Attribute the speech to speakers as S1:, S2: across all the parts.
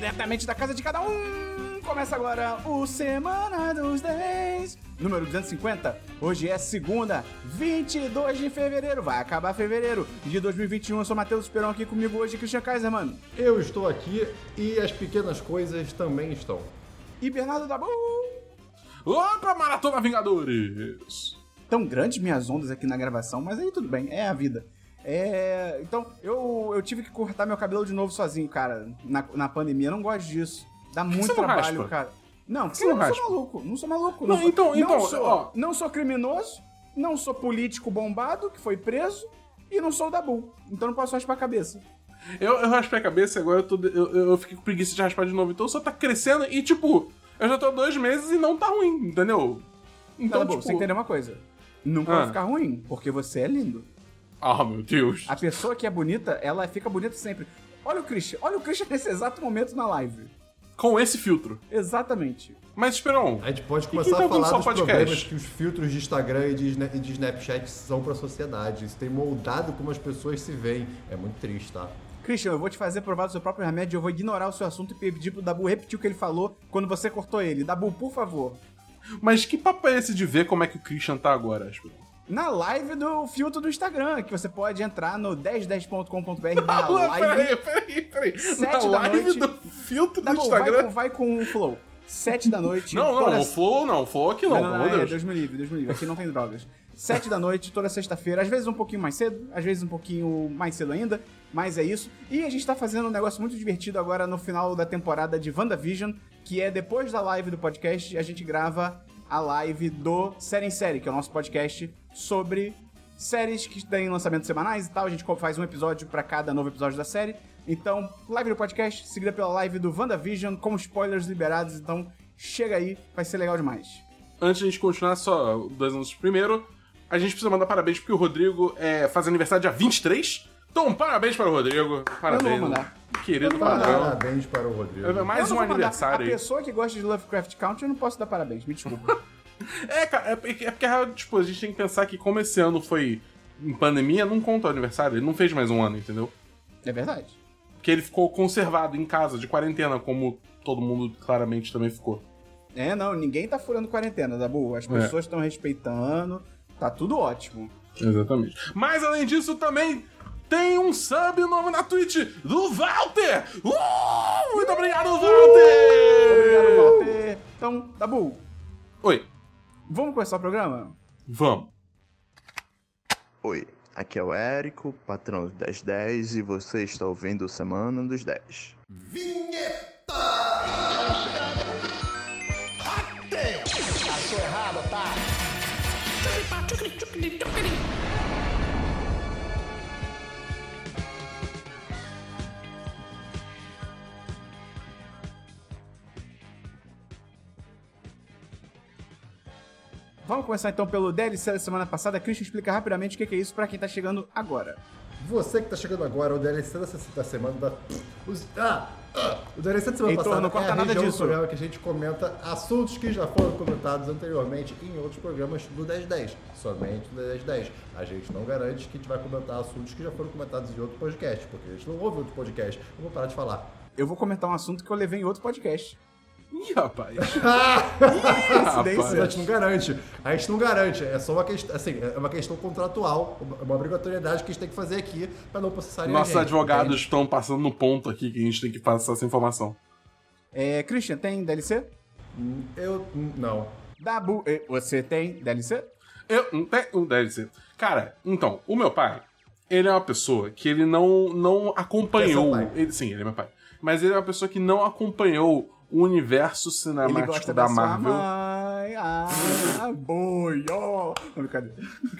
S1: diretamente da casa de cada um. Começa agora o Semana dos 10, número 250. Hoje é segunda, 22 de fevereiro. Vai acabar fevereiro de 2021. Eu sou Matheus Esperão, aqui comigo hoje, Christian Kaiser, mano.
S2: Eu estou aqui e as pequenas coisas também estão.
S1: E Bernardo Dabu.
S3: Opa, Maratona Vingadores!
S1: Tão grandes minhas ondas aqui na gravação, mas aí tudo bem, é a vida. Então, eu tive que cortar meu cabelo de novo sozinho, cara, na pandemia. Eu não gosto disso. Dá muito trabalho, cara. Não, porque eu não sou maluco. Não sou maluco. Não sou criminoso, não sou político bombado que foi preso e não sou o Dabu. Então não posso raspar a cabeça.
S3: Eu raspei a cabeça e agora eu fiquei com preguiça de raspar de novo. Então só tá crescendo e, tipo, eu já tô há 2 meses e não tá ruim, entendeu? Então,
S1: Dabu, você entendeu uma coisa? Nunca vai ficar ruim, porque você é lindo.
S3: Ah, meu Deus.
S1: A pessoa que é bonita, ela fica bonita sempre. Olha o Christian nesse exato momento na live.
S3: Com esse filtro.
S1: Exatamente.
S3: Mas, Esperão,
S2: a gente pode começar a falar dos problemas que os filtros de Instagram e de Snapchat são pra sociedade. Isso tem moldado como as pessoas se veem. É muito triste, tá?
S1: Christian, eu vou te fazer provar do seu próprio remédio. Eu vou ignorar o seu assunto e pedir pro Dabu repetir o que ele falou quando você cortou ele. Dabu, por favor.
S3: Mas que papo é esse de ver como é que o Christian tá agora, Esperão?
S1: Na live do filtro do Instagram, que você pode entrar no 1010.com.br/live.
S3: Peraí.
S1: 7
S3: na
S1: da
S3: live
S1: noite.
S3: do filtro do
S1: Dabu,
S3: Instagram?
S1: vai com o flow. 7 da noite.
S3: Não, o Flow aqui não, pelo amor de Deus.
S1: Deus me livre. Aqui não tem drogas. 7 da noite, toda sexta-feira. Às vezes um pouquinho mais cedo, às vezes um pouquinho mais cedo ainda. Mas é isso. E a gente tá fazendo um negócio muito divertido agora no final da temporada de WandaVision, que é depois da live do podcast, a gente grava a live do Série em Série, que é o nosso podcast sobre séries que têm lançamentos semanais e tal. A gente faz um episódio pra cada novo episódio da série. Então, live do podcast, seguida pela live do WandaVision, com spoilers liberados. Então, chega aí, vai ser legal demais.
S3: Antes de a gente continuar, só 2 anos primeiro, a gente precisa mandar parabéns porque o Rodrigo faz aniversário dia 23. Então, parabéns para o Rodrigo. Parabéns.
S1: Eu não vou mandar.
S3: Querido padrão.
S2: Parabéns para o Rodrigo.
S3: Mais um aniversário aí.
S1: A pessoa que gosta de Lovecraft Country, eu não posso dar parabéns, me desculpa.
S3: Cara, porque tipo, a gente tem que pensar que como esse ano foi em pandemia, não conta o aniversário, ele não fez mais um ano, entendeu?
S1: É verdade.
S3: Porque ele ficou conservado em casa, de quarentena, como todo mundo claramente também ficou.
S1: Não, ninguém tá furando quarentena, Dabu. As pessoas estão respeitando, tá tudo ótimo.
S3: Exatamente. Mas além disso, também tem um sub novo na Twitch do Walter! Muito obrigado, Walter!
S1: Obrigado, Walter. Então, Dabu.
S3: Oi.
S1: Vamos começar o programa?
S3: Vamos.
S4: Oi, aqui é o Érico, patrão do 1010, e você está ouvindo o Semana dos 10.
S5: Vinheta! Achou errado, tá?
S1: Vamos começar então pelo DLC da semana passada. Christian, explica rapidamente o que é isso pra quem tá chegando agora.
S2: Você que tá chegando agora, o DLC da semana da... O DLC da semana
S1: Heitor,
S2: passada
S1: não corta
S2: é a
S1: nada
S2: região do
S1: disso.
S2: programa que a gente comenta assuntos que já foram comentados anteriormente em outros programas do 1010. Somente do 1010. A gente não garante que a gente vai comentar assuntos que já foram comentados em outro podcast, porque a gente não ouve outro podcast. Eu vou parar de falar.
S1: Eu vou comentar um assunto que eu levei em outro podcast.
S3: Ih, rapaz.
S1: Coincidência.
S2: A gente não garante. É só uma questão, assim, é uma questão contratual, uma obrigatoriedade que a gente tem que fazer aqui pra não processarem a gente.
S3: Nossos advogados estão passando no ponto aqui que a gente tem que passar essa informação.
S1: Christian, tem DLC?
S2: Não.
S1: Dabu, você tem DLC?
S3: Eu não tenho um DLC. Cara, então, o meu pai, ele é uma pessoa que ele não acompanhou...
S2: É seu pai?
S3: Sim, ele é meu pai. Mas ele é uma pessoa que não acompanhou o universo cinemático
S1: Ele gosta
S3: da
S1: da sua
S3: Marvel.
S1: mãe, boi, ó. Não, brincadeira.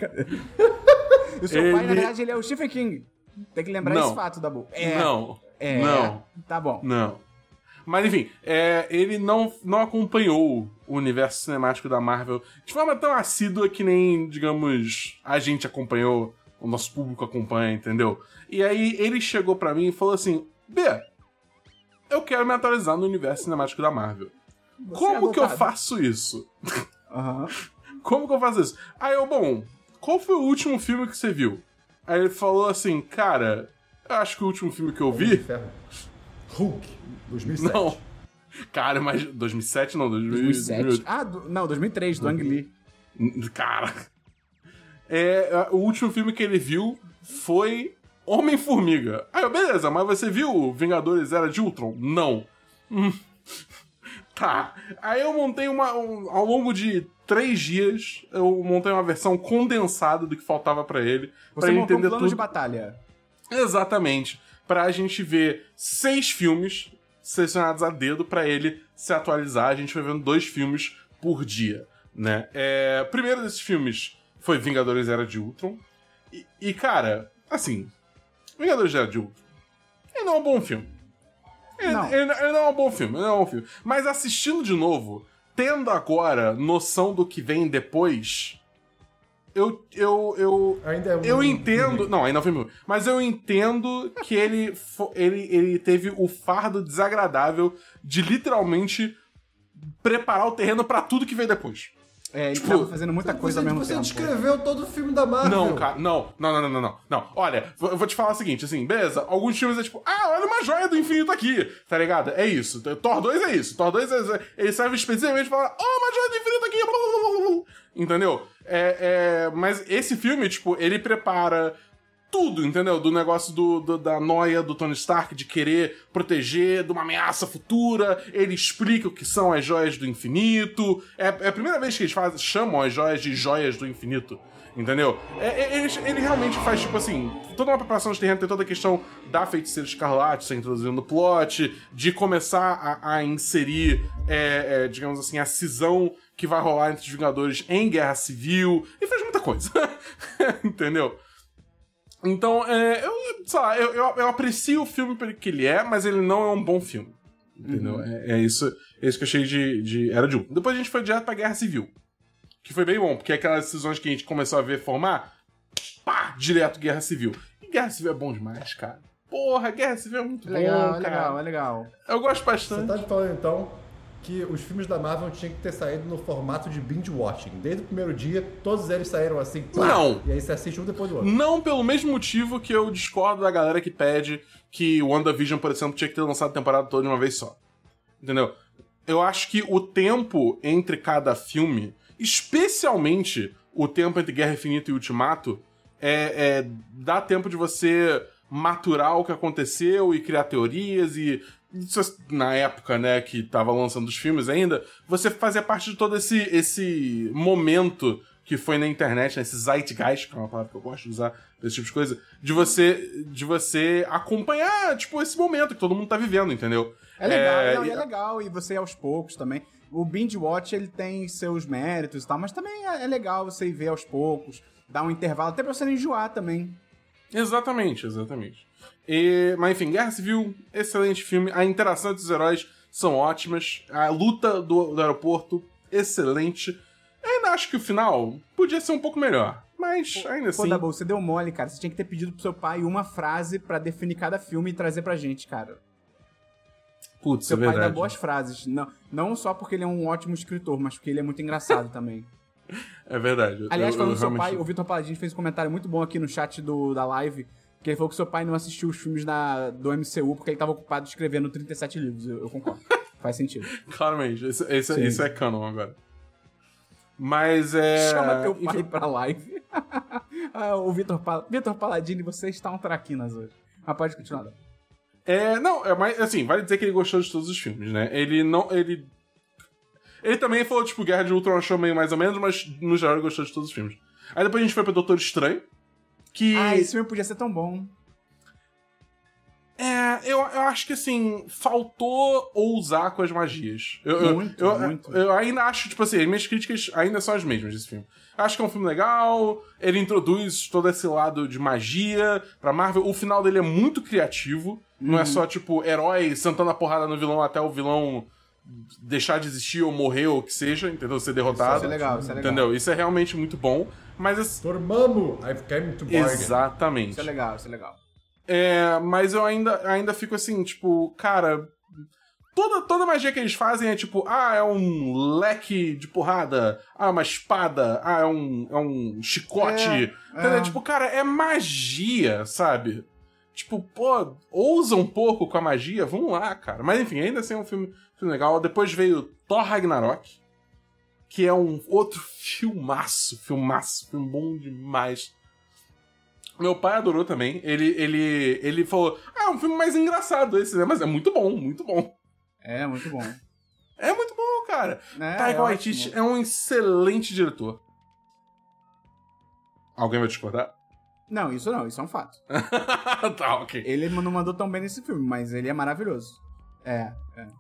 S1: O seu pai, na verdade, ele é o Stephen King. Tem que lembrar esse fato, Dabu.
S3: Não.
S1: Tá bom.
S3: Não. Mas enfim, ele não acompanhou o universo cinemático da Marvel de forma tão assídua que nem, digamos, a gente acompanhou, o nosso público acompanha, entendeu? E aí ele chegou pra mim e falou assim: B, eu quero me atualizar no universo cinemático da Marvel. Como que eu faço isso? Como que eu faço isso? Aí eu, bom, qual foi o último filme que você viu? Aí ele falou assim, cara, eu acho que o último filme que eu vi...
S2: Hulk. 2007.
S3: Não. Cara, mas 2007 não,
S1: 2007. Não, 2003, do Ang Lee.
S3: Cara. O último filme que ele viu foi Homem-Formiga. Aí, beleza, mas você viu Vingadores Era de Ultron? Não. Tá. Aí eu montei ao longo de 3 dias, eu montei uma versão condensada do que faltava pra ele.
S1: Você
S3: pra ele
S1: montou um
S3: entender
S1: plano
S3: tudo.
S1: de batalha.
S3: Exatamente. Pra gente ver 6 filmes selecionados a dedo pra ele se atualizar. A gente foi vendo 2 filmes por dia, né? O primeiro desses filmes foi Vingadores Era de Ultron. E cara, assim, Vingadores Era de Ultron, ele não é um bom filme. Ele não é um bom filme, ele não é um bom filme. Mas assistindo de novo, tendo agora noção do que vem depois,
S2: Ainda é
S3: eu entendo... Não, ainda não foi meu. Mas eu entendo que ele teve o fardo desagradável de literalmente preparar o terreno pra tudo que veio depois.
S1: Ele tava fazendo muita coisa ao mesmo
S2: você
S1: tempo.
S2: descreveu todo o filme da Marvel.
S3: Não, cara, não. Olha, eu vou te falar o seguinte, assim, beleza, alguns filmes é tipo, olha uma joia do infinito aqui, tá ligado? É isso. Thor 2 é isso. Thor 2 ele serve especificamente pra falar, uma joia do infinito aqui, blá, blá, blá. Entendeu? Mas esse filme, tipo, ele prepara tudo, entendeu? Do negócio da noia do Tony Stark de querer proteger de uma ameaça futura. Ele explica o que são as joias do infinito. É a primeira vez que eles chamam as joias de joias do infinito. Entendeu? Ele realmente faz, tipo assim, toda uma preparação de terreno, tem toda a questão da Feiticeira Escarlate ser introduzida no plot, de começar a inserir, digamos assim, a cisão que vai rolar entre os Vingadores em Guerra Civil. E faz muita coisa. Entendeu? Então, eu aprecio o filme pelo que ele é, mas ele não é um bom filme. Entendeu?
S1: Uhum.
S3: É isso que eu achei de Era de Ultron. Depois a gente foi direto pra Guerra Civil. Que foi bem bom, porque aquelas decisões que a gente começou a ver formar, pá, direto Guerra Civil. E Guerra Civil é bom demais, cara. Porra, Guerra Civil é muito bom, cara.
S1: É legal.
S3: Eu gosto
S2: Você
S3: bastante.
S2: tá falando, então, que os filmes da Marvel tinham que ter saído no formato de binge-watching. Desde o primeiro dia, todos eles saíram assim, pá,
S3: Não.
S2: E aí você assiste um depois do outro.
S3: Não pelo mesmo motivo que eu discordo da galera que pede que o WandaVision, por exemplo, tinha que ter lançado a temporada toda de uma vez só. Entendeu? Eu acho que o tempo entre cada filme, especialmente o tempo entre Guerra Infinita e Ultimato, dá tempo de você maturar o que aconteceu e criar teorias e... Na época, né, que tava lançando os filmes ainda, você fazia parte de todo esse momento que foi na internet, né, esse zeitgeist, que é uma palavra que eu gosto de usar pra esse tipo de coisa, de você acompanhar, tipo, esse momento que todo mundo tá vivendo, entendeu?
S1: É legal, é legal, e você ir aos poucos também. O binge watch, ele tem seus méritos e tal, mas também é legal você ir ver aos poucos, dar um intervalo, até pra você não enjoar também.
S3: Exatamente. Mas enfim, Guerra Civil, excelente filme. A interação entre os heróis são ótimas. A luta do aeroporto, excelente. Eu ainda acho que o final podia ser um pouco melhor. Mas ainda assim...
S1: Pô, Dabu, você deu mole, cara. Você tinha que ter pedido pro seu pai uma frase pra definir cada filme e trazer pra gente, cara.
S3: Putz,
S1: Seu
S3: é
S1: pai
S3: verdade.
S1: dá boas frases. Não só porque ele é um ótimo escritor, mas porque ele é muito engraçado também.
S3: É verdade.
S1: Aliás, falando do seu
S3: realmente...
S1: pai, o Vitor Paladini fez um comentário muito bom aqui no chat da live, que ele falou que seu pai não assistiu os filmes do MCU porque ele tava ocupado escrevendo 37 livros. Eu concordo. Faz sentido.
S3: Claramente. Isso é canon agora. Mas
S1: Chama teu pai pra live. O Vitor Paladini, você está um traquinas hoje. Mas pode continuar.
S3: Mas assim, vale dizer que ele gostou de todos os filmes, né? Ele também falou, tipo, Guerra de Ultron achou meio mais ou menos, mas no geral ele gostou de todos os filmes. Aí depois a gente foi pro Doutor Estranho, que...
S1: esse filme podia ser tão bom.
S3: Eu acho que, assim, faltou ousar com as magias.
S1: Muito.
S3: Eu ainda acho, tipo assim, as minhas críticas ainda são as mesmas desse filme. Acho que é um filme legal, ele introduz todo esse lado de magia pra Marvel. O final dele é muito criativo, não é só, tipo, herói sentando a porrada no vilão até o vilão deixar de existir ou morrer ou o que seja, entendeu? Ser derrotado.
S1: Isso é legal.
S3: Entendeu? Isso é realmente muito bom, mas...
S2: Dormammu, I've come to bargain.
S3: Exatamente.
S1: Isso é legal.
S3: Mas eu ainda fico assim, tipo, cara... Toda magia que eles fazem é tipo, é um leque de porrada, uma espada, é um chicote. Entendeu? Tipo, cara, é magia, sabe? tipo, pô, ousa um pouco com a magia, vamos lá, cara. Mas enfim, ainda assim é um filme legal. Depois veio Thor Ragnarok, que é um outro filmaço, filme bom demais. Meu pai adorou também. Ele falou, é um filme mais engraçado esse, né? Mas é muito bom, muito bom.
S1: É, muito bom.
S3: É muito bom, cara. Taika Waititi
S1: ótimo.
S3: é um excelente diretor. Alguém vai discordar?
S1: Não, isso é um fato.
S3: Tá, ok.
S1: Ele não mandou tão bem nesse filme, mas ele é maravilhoso. É.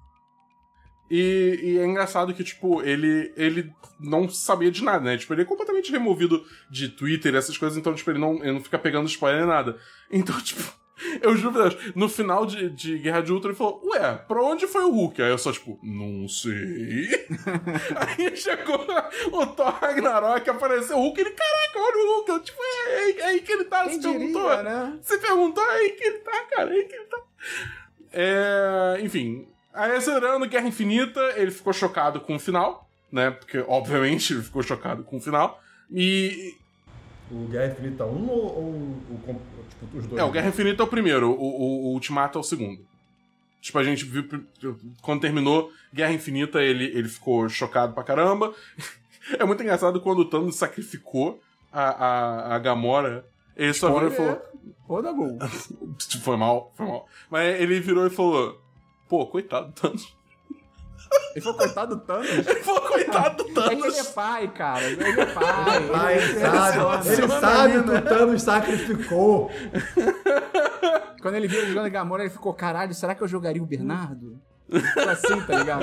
S3: E é engraçado que, tipo, ele não sabia de nada, né? Tipo, ele é completamente removido de Twitter e essas coisas, então, tipo, ele não fica pegando spoiler nem nada. Então, tipo, eu juro pra Deus, no final de Guerra de Ultron ele falou, ué, pra onde foi o Hulk? Aí eu só, tipo, não sei. Aí chegou o Thor Ragnarok, apareceu o Hulk, ele, caraca, olha o Hulk. Eu, tipo, é aí que ele tá,
S1: Quem
S3: você
S1: diria,
S3: perguntou?
S1: né?
S3: Você perguntou, é aí que ele tá, cara, é aí que ele tá. Enfim, aí acelerando Guerra Infinita, ele ficou chocado com o final, né? Porque, obviamente, ele ficou chocado com o final. E...
S2: O Guerra Infinita 1 ou tipo, os dois?
S3: o Guerra Infinita é o primeiro, o Ultimato é o segundo. Tipo, a gente viu... Quando terminou Guerra Infinita, ele ficou chocado pra caramba. É muito engraçado quando o Thanos sacrificou a Gamora. Ele só virou e falou...
S1: Roda gol.
S3: Foi mal. Mas ele virou e falou... Pô, coitado do Thanos.
S1: Ele falou, coitado do Thanos.
S3: Ele falou, coitado do
S1: É
S3: Thanos.
S1: que ele é pai, cara. Ele é pai.
S2: Pai, ele sabe que o Thanos sacrificou.
S1: Quando ele viu ele jogando Gamora, ele ficou, caralho, será que eu jogaria o Bernardo? Ficou assim, tá ligado?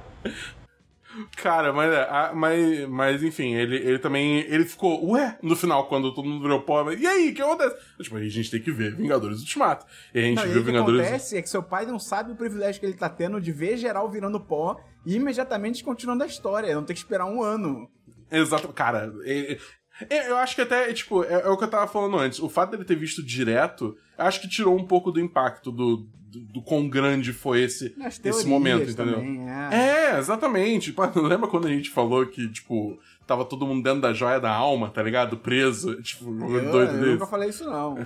S3: Cara, mas enfim, ele também... Ele ficou, ué, no final, quando todo mundo virou pó. E aí, o que acontece? Tipo, aí a gente tem que ver Vingadores Ultimato. E a gente viu
S1: O que
S3: Vingadores...
S1: acontece é que seu pai não sabe o privilégio que ele tá tendo de ver geral virando pó e imediatamente continuando a história. Não tem que esperar um ano.
S3: Exato, cara. Eu acho que até, tipo, é o que eu tava falando antes. O fato dele ter visto direto, acho que tirou um pouco do impacto do quão grande foi esse momento, entendeu?
S1: Também,
S3: Exatamente. Pô, lembra quando a gente falou que, tipo, tava todo mundo dentro da joia da alma, tá ligado? Preso, tipo, doido
S1: Eu
S3: desse.
S1: nunca falei isso, não.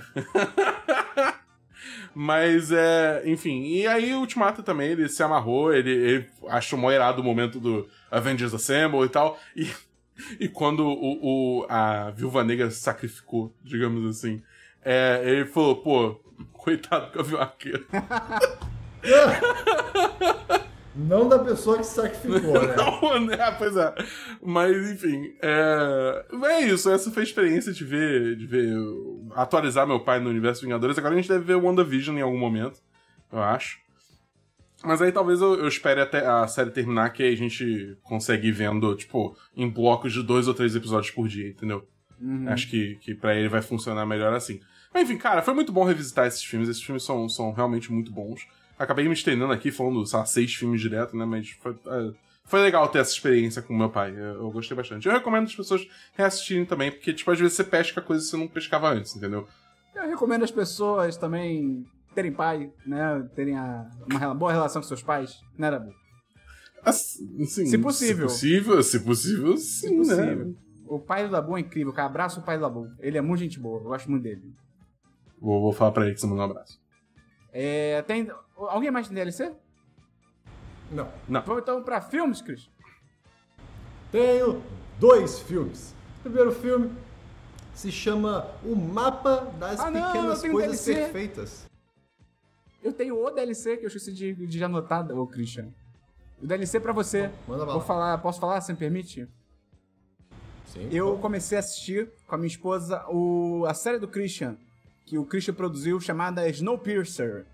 S3: Mas, enfim. E aí o Ultimato também, ele se amarrou, ele achou mó irado o momento do Avengers Assemble e tal. E quando a Viúva Negra se sacrificou, digamos assim, ele falou, pô, coitado do Gavião Arqueiro.
S2: Não da pessoa que se sacrificou, né?
S3: Não, pois é. Mas, enfim, é isso. Essa foi a experiência de ver atualizar meu pai no universo Vingadores. Agora a gente deve ver o WandaVision em algum momento, eu acho. Mas aí talvez eu espere até a série terminar, que aí a gente consegue ir vendo, tipo, em blocos de 2 ou 3 episódios por dia, entendeu? Acho que pra ele vai funcionar melhor assim. Mas enfim, cara, foi muito bom revisitar esses filmes. Esses filmes são realmente muito bons. Acabei me estendendo aqui falando, sei lá, 6 filmes direto, né? Mas foi legal ter essa experiência com o meu pai. Eu gostei bastante. Eu recomendo as pessoas reassistirem também, porque, tipo, às vezes você pesca coisas que você não pescava antes, entendeu?
S1: Eu recomendo as pessoas também terem pai, né? Terem uma boa relação com seus pais, né, Dabu?
S3: Assim,
S1: Se possível.
S3: Se possível, sim, né?
S1: O pai do Dabu é incrível, cara. Abraça o pai do Dabu. Ele é muito gente boa, eu gosto muito dele.
S3: Vou falar pra ele que você mandou um abraço.
S1: Tem... Alguém mais tem DLC?
S2: Não.
S1: Vamos então pra filmes, Chris.
S2: Tenho 2 filmes. O primeiro filme se chama O Mapa das Pequenas
S1: tenho
S2: Coisas
S1: DLC.
S2: Perfeitas.
S1: Eu tenho o DLC que eu esqueci de anotar, ô Christian. O DLC pra você.
S2: Manda bala.
S1: Posso falar, se me permite?
S2: Sim.
S1: Eu comecei a assistir com a minha esposa a série do Christian, que o Christian produziu, chamada Snowpiercer.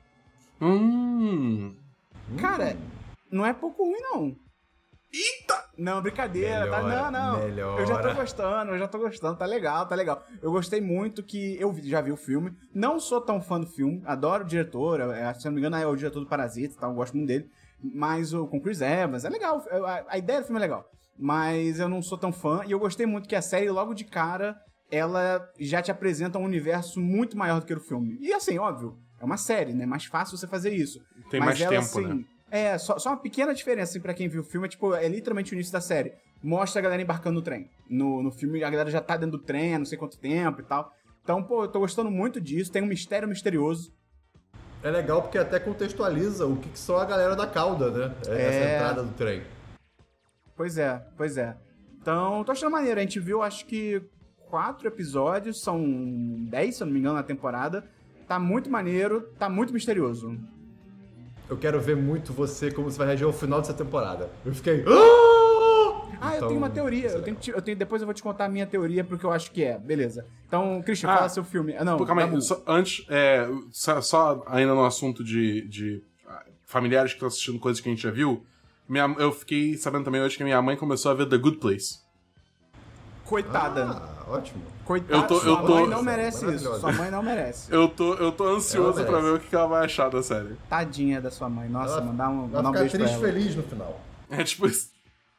S1: Cara, não é pouco ruim, não.
S3: Eita!
S1: Não, brincadeira,
S2: Melhora,
S1: tá? Não.
S2: melhora.
S1: Eu já tô gostando, tá legal. Eu gostei muito que eu já vi o filme, não sou tão fã do filme, adoro o diretor, se não me engano é o diretor do Parasita, tá? Eu gosto muito dele, mas com Chris Evans, é legal, a ideia do filme é legal, mas eu não sou tão fã, e eu gostei muito que a série, logo de cara, ela já te apresenta um universo muito maior do que o filme. E assim, óbvio, é uma série, né? Mais fácil você fazer isso.
S3: Tem
S1: mas
S3: mais
S1: ela,
S3: tempo,
S1: assim,
S3: né?
S1: Só uma pequena diferença, assim, pra quem viu o filme, é literalmente o início da série. Mostra a galera embarcando no trem. No filme, a galera já tá dentro do trem há não sei quanto tempo e tal. Então, pô, eu tô gostando muito disso. Tem um mistério misterioso.
S2: É legal porque até contextualiza o que são a galera da cauda, né? Essa entrada do trem.
S1: Pois é. Então, tô achando maneiro. A gente viu, acho que 4 episódios, são 10, se eu não me engano, na temporada. Tá muito maneiro, tá muito misterioso.
S2: Eu quero ver muito você como você vai reagir ao final dessa temporada. Eu fiquei...
S1: Ah, eu tenho uma teoria. Depois eu vou te contar a minha teoria porque eu acho que é. Beleza. Então, Christian, fala seu filme. Não,
S3: Pô, calma aí,
S1: Dabu.
S3: antes, só ainda no assunto de familiares que estão assistindo coisas que a gente já viu, eu fiquei sabendo também hoje que minha mãe começou a ver The Good Place.
S1: Coitada.
S2: Ótimo.
S1: Coitada, sua mãe não merece isso. Sua mãe não merece.
S3: Eu tô ansioso pra ver o que ela vai achar da série.
S1: Tadinha da sua mãe. Nossa, mandar um
S2: Vai ficar
S1: beijo pra
S2: triste
S1: ela.
S2: feliz no final.
S3: É tipo isso.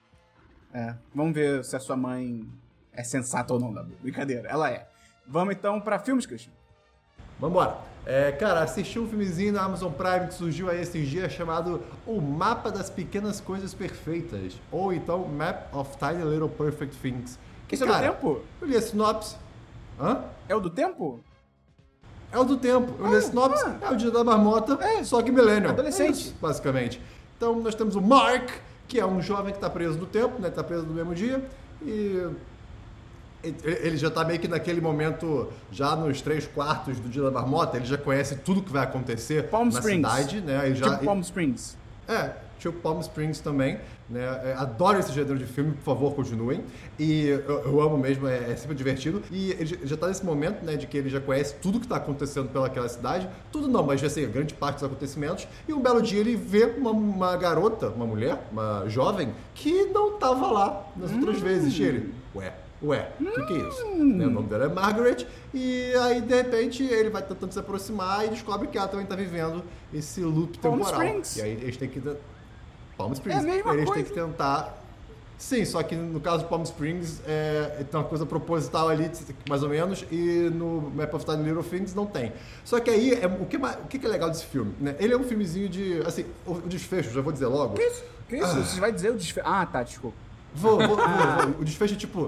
S1: Vamos ver se a sua mãe é sensata ou não, Dabu. Brincadeira, ela é. Vamos então pra filmes, Christian?
S2: Vambora. Cara, assisti um filmezinho na Amazon Prime que surgiu aí esses dias chamado O Mapa das Pequenas Coisas Perfeitas. Ou então Map of Tiny Little Perfect Things. Que,
S1: Esse é do tempo?
S2: Eu li a sinopse. Hã?
S1: É o do tempo?
S2: É o do tempo. Eu li a sinopse. É o Dia da Marmota, só que millennial.
S1: Adolescente.
S2: É isso, basicamente. Então nós temos o Mark, que é um jovem que tá preso no tempo, né? Tá preso no mesmo dia. E ele já tá meio que naquele momento, já nos 3/4 do Dia da Marmota, ele já conhece tudo que vai acontecer
S1: Palm
S2: na
S1: Springs.
S2: cidade, né? Ele
S1: Tipo Palm Springs.
S2: Tipo Palm Springs também, né? Adoro esse gênero de filme, por favor, continuem. E eu amo mesmo, é sempre divertido. E ele já tá nesse momento, né, de que ele já conhece tudo que tá acontecendo pelaquela cidade. Tudo não, mas assim, grande parte dos acontecimentos. E um belo dia ele vê uma garota, uma mulher, uma jovem, que não tava lá nas outras vezes. E ele, ué, o que é isso? Né, o nome dela é Margaret, e aí de repente ele vai tentando se aproximar e descobre que ela também tá vivendo esse loop
S1: Palm
S2: temporal.
S1: Springs.
S2: E aí eles têm que... Palm Springs.
S1: É a mesma
S2: eles
S1: coisa.
S2: têm que tentar... Sim, só que no caso de Palm Springs tem uma coisa proposital ali, mais ou menos, e no Map of Tiny Little Things não tem. Só que aí, o que é legal desse filme? Né? Ele é um filmezinho de... Assim, o desfecho, já vou dizer logo.
S1: Que isso? Você vai dizer o desfecho? Ah, tá, desculpa.
S2: Vou. O desfecho é tipo...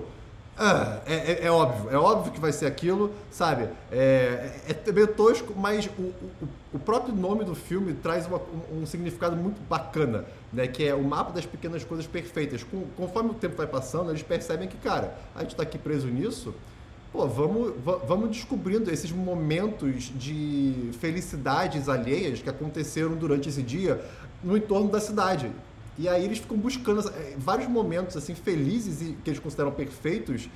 S2: É óbvio que vai ser aquilo, sabe? É meio tosco, mas o próprio nome do filme traz um significado muito bacana, né? Que é o mapa das pequenas coisas perfeitas. Conforme o tempo vai passando, eles percebem que, cara, a gente tá aqui preso nisso, pô, vamos descobrindo esses momentos de felicidades alheias que aconteceram durante esse dia no entorno da cidade. E aí eles ficam buscando vários momentos assim felizes e que eles consideram perfeitos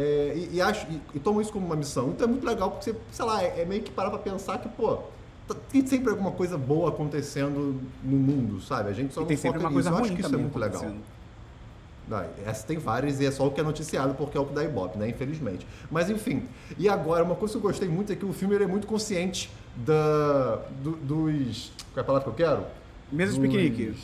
S2: e tomam isso como uma missão. Então é muito legal porque você, sei lá, é meio que parar pra pensar que, pô, tem sempre alguma coisa boa acontecendo no mundo, sabe? A gente só
S1: E
S2: não
S1: tem sempre
S2: foca
S1: uma coisa
S2: nisso. Eu acho
S1: ruim
S2: que isso é
S1: também
S2: muito legal.
S1: acontecendo.
S2: Essa tem várias e é só o que é noticiado porque é o que dá Ibope, né? Infelizmente. Mas enfim. E agora, uma coisa que eu gostei muito é que o filme ele é muito consciente dos... Qual é a palavra que eu quero?
S1: Mesa de piquenique.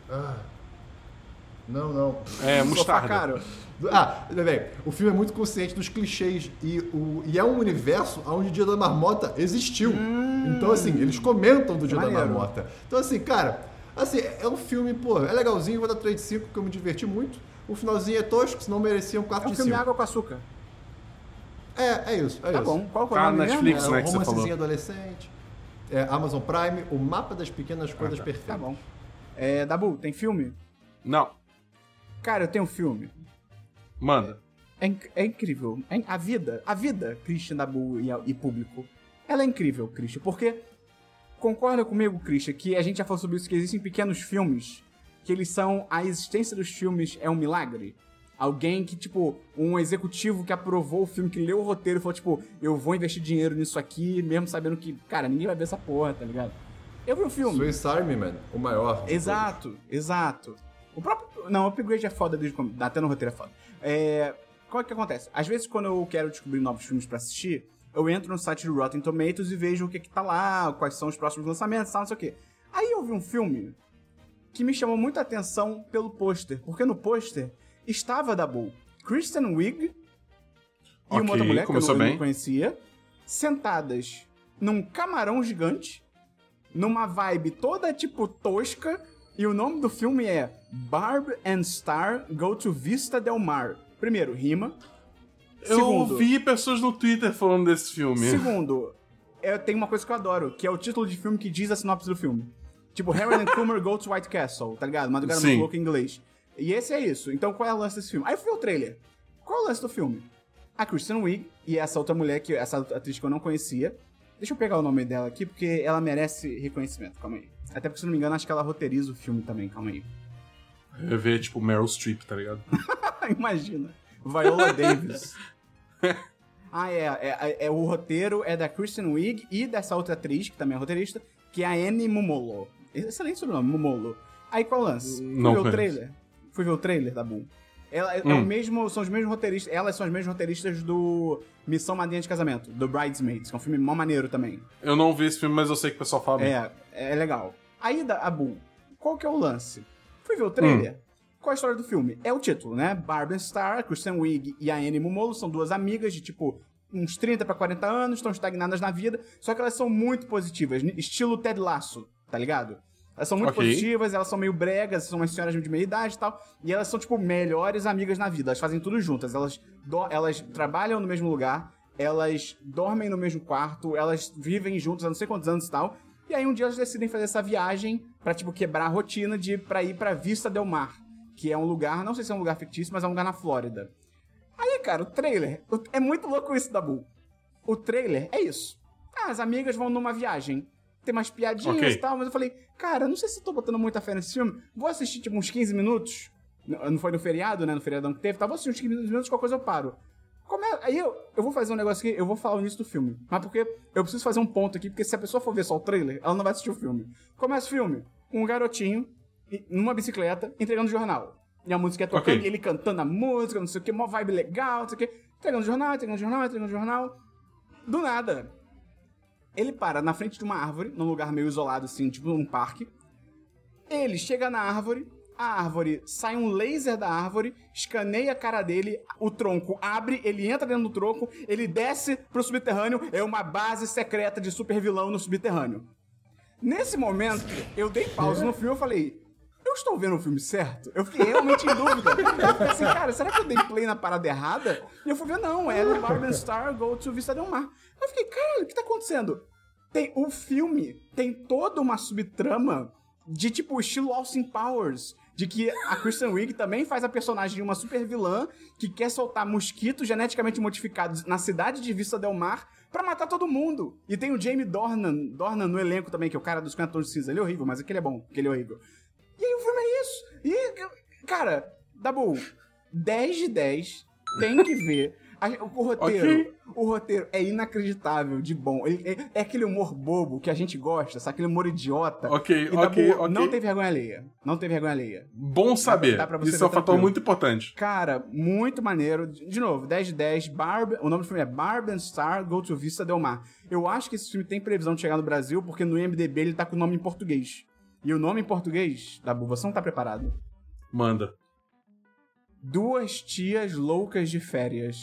S2: Não.
S3: Mostarda.
S1: Caro.
S2: Bem, o filme é muito consciente dos clichês e é um universo onde o Dia da Marmota existiu. Então, assim, eles comentam do Dia da Marmota. Então, assim, cara, assim, é um filme, pô, é legalzinho, vou dar 3 de 5, porque eu me diverti muito. O finalzinho é tosco, senão mereciam 4
S1: É um
S2: de
S1: filme
S2: 5.
S1: água com açúcar.
S2: É isso.
S1: Tá bom. Qual que é o
S3: Tá
S1: nome
S3: na
S1: mesmo?
S3: Netflix,
S2: É
S3: né,
S2: um
S3: que você falou.
S2: romancezinho adolescente. Amazon Prime, o mapa das pequenas coisas perfeitas.
S1: Tá bom. Dabu, tem filme?
S3: Não,
S1: Cara, eu tenho um filme.
S3: manda.
S1: É incrível. A vida, Christian, Dabu e público, ela é incrível, Christian, porque concorda comigo, Christian, que a gente já falou sobre isso, que existem pequenos filmes, que eles são... A existência dos filmes é um milagre. Alguém que, tipo, um executivo que aprovou o filme, que leu o roteiro e falou, tipo, eu vou investir dinheiro nisso aqui, mesmo sabendo que, cara, ninguém vai ver essa porra, tá ligado? Eu vi o filme.
S2: Swiss Army Man, o maior.
S1: Exato. O próprio... Não, o Upgrade é foda desde quando... Até no roteiro é foda. Qual é que acontece? Às vezes, quando eu quero descobrir novos filmes pra assistir, eu entro no site do Rotten Tomatoes e vejo o que tá lá, quais são os próximos lançamentos, tal, não sei o quê. Aí eu vi um filme que me chamou muita atenção pelo pôster, porque no pôster estava Dabu, Kristen Wiig e uma outra mulher que eu não conhecia, sentadas num camarão gigante, numa vibe toda, tipo, tosca, e o nome do filme é Barb and Star Go to Vista Del Mar. Primeiro, rima.
S3: Eu vi pessoas no Twitter falando desse filme.
S1: Segundo, tem uma coisa que eu adoro, que é o título de filme que diz a sinopse do filme. Tipo, Harold and Kumar Go to White Castle, tá ligado? Madrugada muito louca em inglês. E esse é isso. Então qual é o lance desse filme? Aí eu fui ver o trailer. Qual é o lance do filme? A Kristen Wiig e essa outra mulher, essa atriz que eu não conhecia. Deixa eu pegar o nome dela aqui, porque ela merece reconhecimento. Calma aí. Até porque, se não me engano, acho que ela roteiriza o filme também. Calma aí.
S3: Eu ia ver, tipo, Meryl Streep, tá ligado?
S1: Imagina. Viola Davis. O roteiro é da Kristen Wiig e dessa outra atriz, que também é roteirista, que é a Annie Mumolo. Excelente sobrenome, Mumolo. Aí qual o lance? Fui ver o trailer da Boom. São os mesmos roteiristas. Elas são as mesmas roteiristas do Missão Madrinha de Casamento, do Bridesmaids, que é um filme mó maneiro também.
S3: Eu não vi esse filme, mas eu sei que o pessoal fala bem.
S1: É legal. Aí, a Boom, qual que é o lance? Fui ver o trailer. Qual é a história do filme? É o título, né? Barbra Starr, a Kristen Wiig e a Annie Mumolo são duas amigas de, tipo, uns 30 pra 40 anos, estão estagnadas na vida, só que elas são muito positivas, estilo Ted Lasso, tá ligado? Elas são muito positivas, elas são meio bregas, são umas senhoras de meia idade e tal, e elas são, tipo, melhores amigas na vida, elas fazem tudo juntas, elas trabalham no mesmo lugar, elas dormem no mesmo quarto, elas vivem juntas há não sei quantos anos e tal, e aí um dia elas decidem fazer essa viagem pra, tipo, quebrar a rotina pra ir pra Vista Del Mar, que é um lugar, não sei se é um lugar fictício, mas é um lugar na Flórida. Aí, cara, o trailer, é muito louco isso, Dabu. O trailer é isso. As amigas vão numa viagem, tem umas piadinhas e tal, mas eu falei, cara, não sei se eu tô botando muita fé nesse filme, vou assistir, tipo, uns 15 minutos, não foi no feriado, né, no feriadão que teve, tá, vou assistir uns 15 minutos, qualquer coisa eu paro. Aí eu vou fazer um negócio aqui, eu vou falar o início do filme, mas porque eu preciso fazer um ponto aqui, porque se a pessoa for ver só o trailer, ela não vai assistir o filme. Começa o filme, um garotinho, numa bicicleta, entregando jornal. E a música é tocando, e ele cantando a música, não sei o que, mó vibe legal, não sei o que. Entregando jornal. Do nada, ele para na frente de uma árvore, num lugar meio isolado, assim, tipo num parque. Ele chega na árvore, a árvore, sai um laser da árvore, escaneia a cara dele, o tronco abre, ele entra dentro do tronco, ele desce pro subterrâneo, é uma base secreta de super vilão no subterrâneo. Nesse momento, eu dei pausa no filme e falei, eu estou vendo o filme certo? Eu fiquei realmente em dúvida. Eu fiquei assim, cara, será que eu dei play na parada errada? E eu fui ver, não, é no Barbra Starr Go to Vista Del Mar. Eu fiquei, cara, o que tá acontecendo? O filme tem toda uma subtrama de, tipo, estilo Austin Powers, de que a Kristen Wiig também faz a personagem de uma super vilã que quer soltar mosquitos geneticamente modificados na cidade de Vista Del Mar pra matar todo mundo. E tem o Jamie Dornan no elenco também, que é o cara dos 50 Tons de Cinza. Ele é horrível, mas aquele é bom, aquele é horrível. E aí o filme é isso. E, cara, Dabu, 10 de 10, tem que ver. O roteiro é inacreditável de bom. É aquele humor bobo que a gente gosta, sabe? Aquele humor idiota.
S3: Ok.
S1: Não tem vergonha alheia.
S3: Bom saber.
S1: Dá pra você
S3: isso é um fator muito importante.
S1: Cara, muito maneiro. De novo, 10 de 10. O nome do filme é Barbra Starr Go to Vista Del Mar. Eu acho que esse filme tem previsão de chegar no Brasil, porque no IMDb ele tá com o nome em português. E o nome em português, Dabu, você não tá preparado?
S3: Manda.
S1: Duas Tias Loucas de Férias.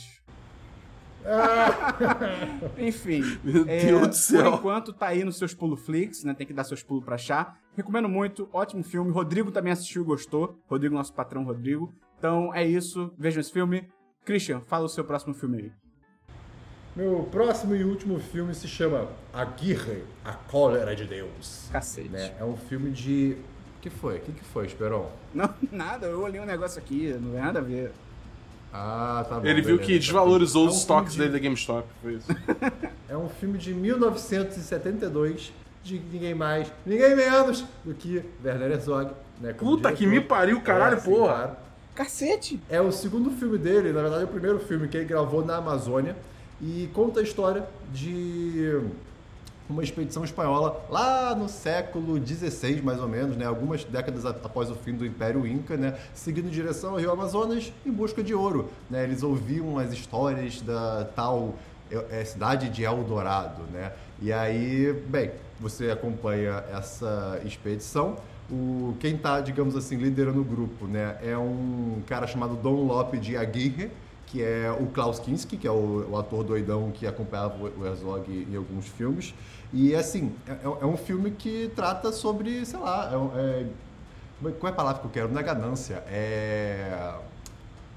S1: Enfim.
S3: Meu Deus do céu.
S1: Por enquanto tá aí nos seus Puloflix, né? Tem que dar seus pulos pra achar. Recomendo muito, ótimo filme. Rodrigo também assistiu e gostou. Rodrigo, nosso patrão Rodrigo. Então é isso, vejam esse filme. Christian, fala o seu próximo filme aí.
S2: Meu próximo e último filme se chama Aguirre, A Cólera de Deus.
S1: Cacete.
S2: Né? É um filme de... O que foi, Esperon?
S1: Não, nada, eu olhei um negócio aqui, não tem nada a ver.
S2: Ah, tá bom.
S3: Ele viu que desvalorizou os estoques
S2: filme
S3: dele da GameStop, foi isso.
S2: É um filme de 1972, de ninguém mais, ninguém menos do que Werner Herzog. Né,
S3: Puta
S2: diretor.
S3: que me pariu, caralho,
S2: sim,
S3: porra.
S2: Claro.
S1: Cacete!
S2: É o segundo filme dele, na verdade é o primeiro filme que ele gravou na Amazônia e conta a história de uma expedição espanhola lá no século XVI, mais ou menos, né, algumas décadas após o fim do Império Inca, né, seguindo em direção ao Rio Amazonas em busca de ouro. Né, eles ouviam as histórias da tal cidade de Eldorado, né, e aí, bem, você acompanha essa expedição. Quem está, digamos assim, liderando o grupo, né, é um cara chamado Dom Lope de Aguirre, que é o Klaus Kinski, que é o ator doidão que acompanhava o Herzog em alguns filmes. E, assim, é um filme que trata sobre, sei lá, qual é a palavra que eu quero? Não é ganância,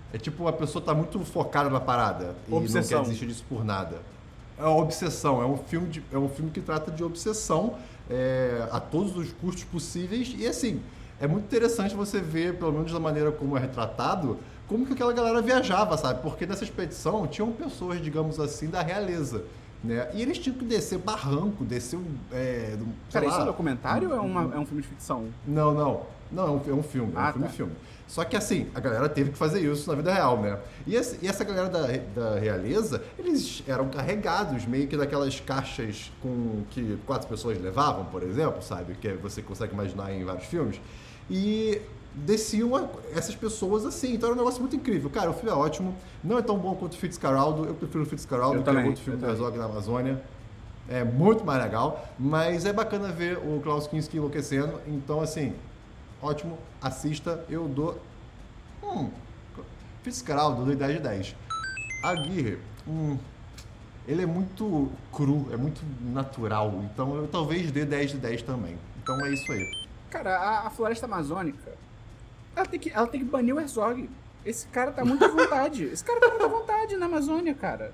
S2: É tipo, a pessoa tá muito focada na parada e
S1: Obsessão.
S2: não quer desistir disso por nada. É uma obsessão, é um filme que trata de obsessão a todos os custos possíveis. E assim, é muito interessante você ver, pelo menos da maneira como é retratado, como que aquela galera viajava, sabe? Porque nessa expedição tinham pessoas, digamos assim, da realeza. Né? E eles tinham que descer barranco, descer
S1: Peraí, isso é um documentário ou é um filme de ficção?
S2: Não, é um filme, filme. Só que assim, a galera teve que fazer isso na vida real, né? E essa galera da realeza, eles eram carregados meio que daquelas caixas que 4 pessoas levavam, por exemplo, sabe? Que você consegue imaginar em vários filmes. E desciam essas pessoas assim. Então era um negócio muito incrível. Cara, o filme é ótimo. Não é tão bom quanto o Fitzcarraldo. Eu prefiro o Fitzcarraldo, que é outro filme do Herzog na Amazônia. É muito mais legal. Mas é bacana ver o Klaus Kinski enlouquecendo. Então, assim, ótimo. Assista. Eu dou... Fitzcarraldo, eu dou 10 de 10. Aguirre, ele é muito cru, é muito natural. Então eu talvez dê 10 de 10 também. Então é isso aí.
S1: Cara, a floresta amazônica, ela tem que banir o Herzog. Esse cara tá muito à vontade. Esse cara tá muito à vontade na Amazônia, cara.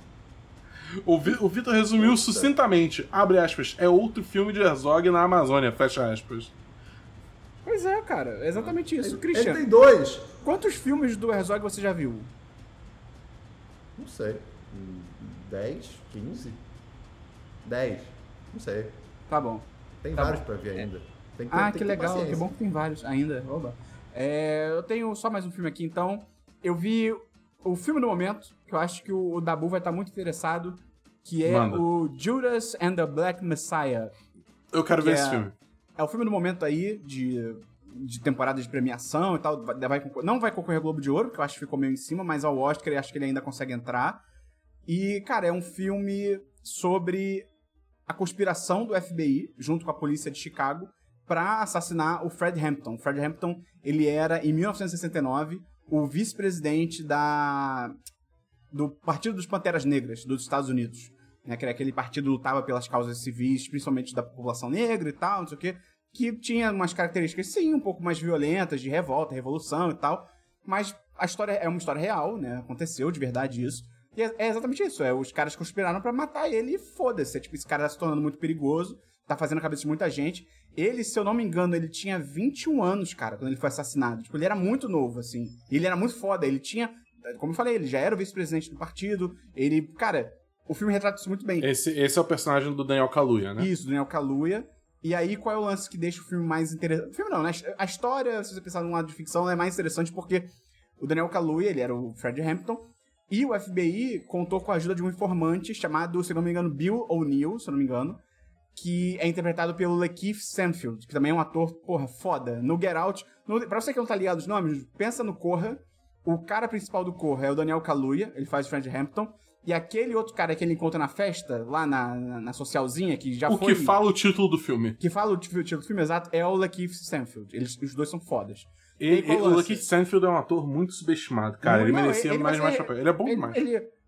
S3: O Vitor resumiu sucintamente. Abre aspas. É outro filme de Herzog na Amazônia. Fecha aspas.
S1: Pois é, cara. É exatamente isso. Christian,
S2: Ele tem 2.
S1: quantos filmes do Herzog você já viu?
S2: Não sei. 10? 15? 10? Não sei.
S1: Tá bom.
S2: Tem
S1: Tá
S2: vários
S1: bom.
S2: pra ver ainda. Tem
S1: Que
S2: ter
S1: legal.
S2: paciência.
S1: Que bom que tem vários ainda. Oba. Eu tenho só mais um filme aqui, então. Eu vi o filme do momento, que eu acho que o Dabu vai estar muito interessado, que é
S3: Manda.
S1: o Judas and the Black Messiah.
S3: Eu quero ver
S1: Que
S3: esse filme.
S1: É o filme do momento aí, de temporada de premiação e tal. Não vai concorrer ao Globo de Ouro, que eu acho que ficou meio em cima, mas ao Oscar eu acho que ele ainda consegue entrar. E, cara, é um filme sobre a conspiração do FBI, junto com a polícia de Chicago, pra assassinar o Fred Hampton. O Fred Hampton, ele era, em 1969, o vice-presidente do Partido dos Panteras Negras dos Estados Unidos. Né, que era aquele partido que lutava pelas causas civis, principalmente da população negra e tal, não sei o quê, que tinha umas características, sim, um pouco mais violentas, de revolta, revolução e tal, mas a história é uma história real, né, aconteceu de verdade isso, e é exatamente isso, os caras conspiraram pra matar ele e foda-se, tipo, esse cara tá se tornando muito perigoso, tá fazendo a cabeça de muita gente. Ele, se eu não me engano, ele tinha 21 anos, cara, quando ele foi assassinado, tipo, ele era muito novo, assim, ele era muito foda, ele tinha, como eu falei, ele já era o vice-presidente do partido, ele, cara... O filme retrata isso muito bem.
S3: Esse é o personagem do Daniel Kaluuya, né?
S1: Isso, Daniel Kaluuya. E aí, qual é o lance que deixa o filme mais interessante? O filme não, né? A história, se você pensar num lado de ficção, é mais interessante porque o Daniel Kaluuya, ele era o Fred Hampton, e o FBI contou com a ajuda de um informante chamado, se não me engano, Bill O'Neill, se eu não me engano, que é interpretado pelo Lakeith Stanfield, que também é um ator, porra, foda. No Get Out, pra você que não tá ligado os nomes, pensa no Corra. O cara principal do Corra é o Daniel Kaluuya, ele faz o Fred Hampton. E aquele outro cara que ele encontra na festa, lá na socialzinha, que já
S3: O
S1: foi...
S3: que fala o título do filme.
S1: Que fala o título do filme exato, é o Lakeith Stanfield. Os dois são fodas.
S3: O Lakeith Stanfield é um ator muito subestimado, cara. Ele merecia mais papel. Ele é bom demais.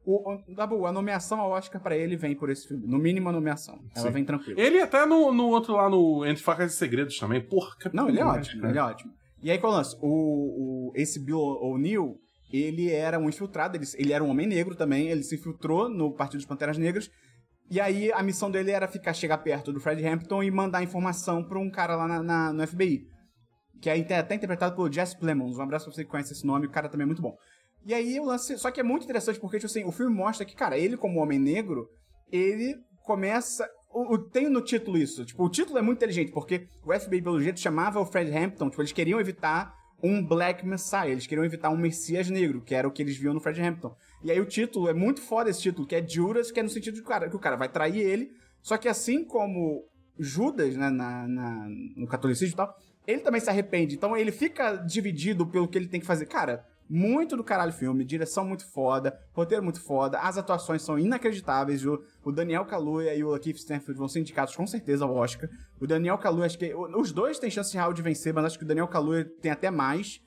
S1: A nomeação ao Oscar pra ele vem por esse filme. No mínimo a nomeação. Ela vem tranquila.
S3: Ele até no outro lá, no Entre Facas e Segredos também. Porra, que
S1: Não, ele é
S3: demais,
S1: ótimo,
S3: cara.
S1: ele é ótimo. E aí qual é o lance? Esse Bill O'Neill, ele era um infiltrado, ele era um homem negro também, ele se infiltrou no Partido dos Panteras Negras, e aí a missão dele era chegar perto do Fred Hampton e mandar informação pra um cara lá no FBI, que é até interpretado pelo Jesse Plemons. Um abraço pra você que conhece esse nome, o cara também é muito bom. E aí o lance, só que é muito interessante porque, tipo assim, o filme mostra que, cara, ele como homem negro, ele começa... Tem no título isso, tipo, o título é muito inteligente, porque o FBI, pelo jeito, chamava o Fred Hampton, tipo, eles queriam evitar um Black Messiah, eles queriam evitar um Messias negro, que era o que eles viam no Fred Hampton. E aí o título, é muito foda esse título, que é Judas, que é no sentido de que o cara vai trair ele, só que assim como Judas, né, no catolicismo e tal, ele também se arrepende, então ele fica dividido pelo que ele tem que fazer. Cara, muito do caralho filme, direção muito foda, roteiro muito foda, as atuações são inacreditáveis, o Daniel Kaluuya e o Lakeith Stanfield vão ser indicados com certeza ao Oscar. O Daniel Kaluuya, acho que os dois têm chance real de vencer, mas acho que o Daniel Kaluuya tem até mais.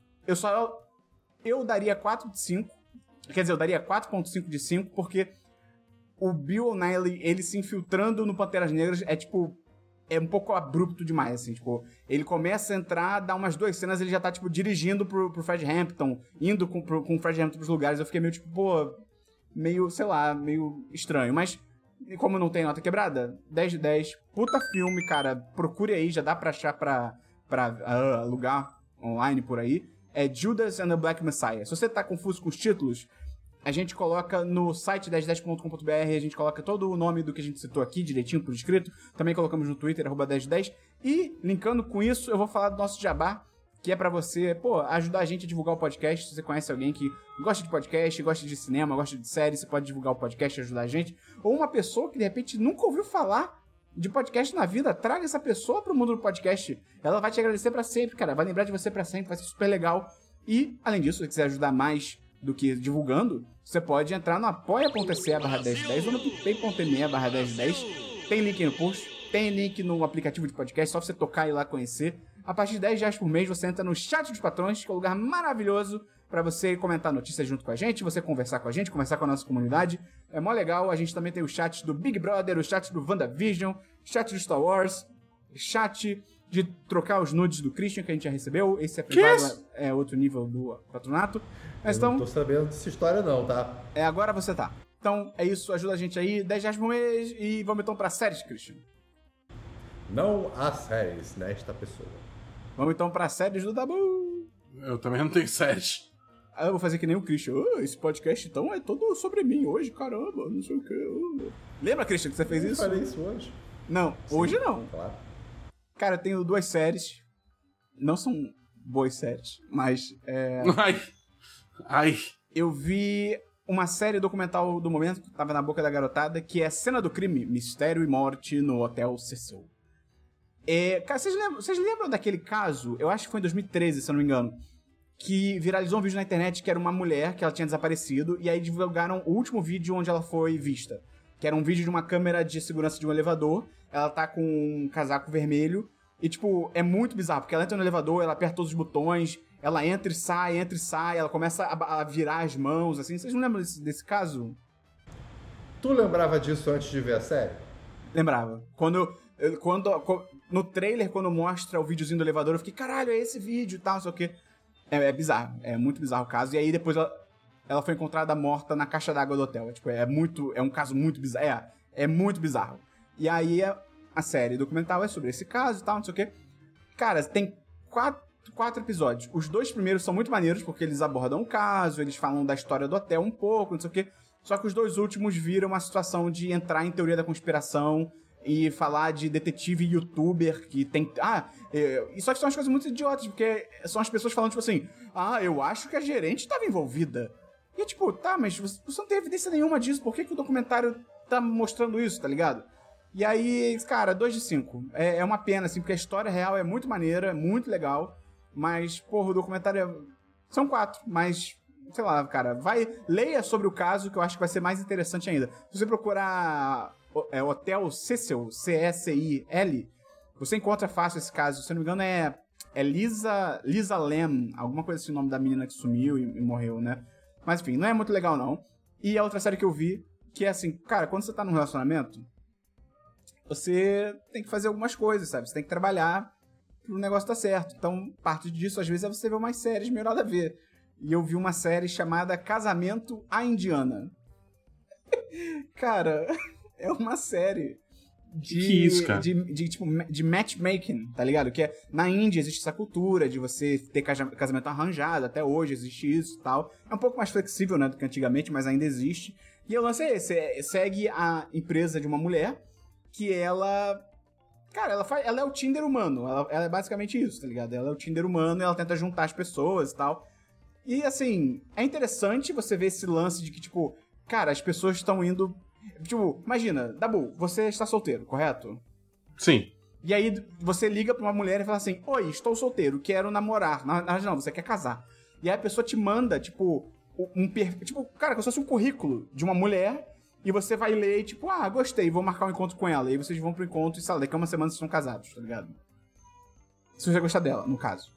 S1: Eu daria 4 de 5, quer dizer, eu daria 4.5 de 5, porque o Bill O'Neill, ele se infiltrando no Panteras Negras, é tipo... é um pouco abrupto demais, assim, tipo, ele começa a entrar, dá umas 2 cenas, ele já tá, tipo, dirigindo pro Fred Hampton, indo com o Fred Hampton pros lugares, eu fiquei meio, tipo, pô, meio, sei lá, meio estranho, mas como não tem nota quebrada, 10 de 10, puta filme, cara, procure aí, já dá pra achar pra alugar online por aí, é Judas and the Black Messiah. Se você tá confuso com os títulos, a gente coloca no site 1010.com.br, a gente coloca todo o nome do que a gente citou aqui, direitinho por escrito. Também colocamos no Twitter, @1010. E, linkando com isso, eu vou falar do nosso jabá, que é pra você, ajudar a gente a divulgar o podcast. Se você conhece alguém que gosta de podcast, gosta de cinema, gosta de série, você pode divulgar o podcast e ajudar a gente. Ou uma pessoa que, de repente, nunca ouviu falar de podcast na vida, traga essa pessoa pro mundo do podcast. Ela vai te agradecer pra sempre, cara. Vai lembrar de você pra sempre, vai ser super legal. E, além disso, se você quiser ajudar mais do que divulgando, você pode entrar no apoia.se/1010 ou no picpay.me/1010. Tem link aí no post, tem link no aplicativo de podcast, só você tocar e ir lá conhecer. A partir de R$10 por mês, você entra no chat dos patrões, que é um lugar maravilhoso pra você comentar notícias junto com a gente, você conversar com a gente, conversar com a nossa comunidade. É mó legal. A gente também tem o chat do Big Brother, o chat do WandaVision, chat do Star Wars, chat de trocar os nudes do Christian que a gente já recebeu. Esse é privado, é outro nível do patronato. Mas então,
S2: não tô sabendo dessa história não, tá?
S1: Agora você tá. Então, é isso. Ajuda a gente aí. R$10 por mês. E vamos então pra séries, Christian.
S2: Não há séries nesta pessoa.
S1: Vamos então pra séries do Dabu.
S3: Eu também não tenho séries.
S1: Aí eu vou fazer que nem o Christian. Esse podcast então é todo sobre mim hoje, caramba, não sei o que. Lembra, Christian, que você fez isso?
S2: Eu falei isso hoje.
S1: Não, sim, hoje não.
S2: Claro.
S1: Cara, eu tenho 2 séries. Não são boas séries, mas
S3: Ai.
S1: Eu vi uma série documental do momento que tava na boca da garotada, que é Cena do Crime, Mistério e Morte no Hotel Cecil. Cara, vocês lembram daquele caso? Eu acho que foi em 2013, se eu não me engano. Que viralizou um vídeo na internet que era uma mulher que ela tinha desaparecido, e aí divulgaram o último vídeo onde ela foi vista. Que era um vídeo de uma câmera de segurança de um elevador, ela tá com um casaco vermelho, e tipo, é muito bizarro, porque ela entra no elevador, ela aperta todos os botões, ela entra e sai, ela começa a virar as mãos, assim. Vocês não lembram desse caso?
S2: Tu lembrava disso antes de ver a série?
S1: Lembrava. No trailer, quando mostra o videozinho do elevador, eu fiquei, caralho, é esse vídeo e tal, não sei o quê. É bizarro, é muito bizarro o caso. E aí depois ela foi encontrada morta na caixa d'água do hotel. É um caso muito bizarro. É muito bizarro. E aí a série documental é sobre esse caso e tal, não sei o quê. Cara, tem 4 episódios. Os 2 primeiros são muito maneiros, porque eles abordam o caso, eles falam da história do hotel um pouco, não sei o quê. Só que os 2 últimos viram uma situação de entrar em teoria da conspiração e falar de detetive e youtuber que tem... Só que são as coisas muito idiotas, porque são as pessoas falando, tipo assim, eu acho que a gerente estava envolvida. E é tipo, tá, mas você não tem evidência nenhuma disso, por que o documentário tá mostrando isso, tá ligado? E aí, cara, 2 de 5. É uma pena, assim, porque a história real é muito maneira, é muito legal, mas, porra, o documentário são 4, mas... Sei lá, cara, leia sobre o caso, que eu acho que vai ser mais interessante ainda. Se você procurar Hotel Cecil, C-E-C-I-L, você encontra fácil esse caso. Se eu não me engano, é Lisa Lam, alguma coisa assim, o nome da menina que sumiu e morreu, né? Mas enfim, não é muito legal, não. E a outra série que eu vi, que é assim, cara, quando você tá num relacionamento, você tem que fazer algumas coisas, sabe? Você tem que trabalhar pro negócio dar certo. Então, parte disso, às vezes, é você ver umas séries meio nada a ver. E eu vi uma série chamada Casamento à Indiana. Cara, é uma série de matchmaking, tá ligado? Que na Índia existe essa cultura de você ter casamento arranjado, até hoje existe isso e tal. É um pouco mais flexível, né, do que antigamente, mas ainda existe. E o lance é esse, segue a empresa de uma mulher que ela... Cara, ela é o Tinder humano, ela é basicamente isso, tá ligado? Ela é o Tinder humano e ela tenta juntar as pessoas e tal. E, assim, é interessante você ver esse lance de que, tipo, cara, as pessoas estão indo... Tipo, imagina, Dabu, você está solteiro, correto?
S3: Sim.
S1: E aí você liga pra uma mulher e fala assim, oi, estou solteiro, quero namorar. Não, você quer casar. E aí a pessoa te manda, tipo, cara, como se fosse um currículo de uma mulher, e você vai ler e, tipo, gostei, vou marcar um encontro com ela. E aí vocês vão pro encontro e, sei lá, daqui a uma semana vocês estão casados, tá ligado? Se você gostar dela, no caso.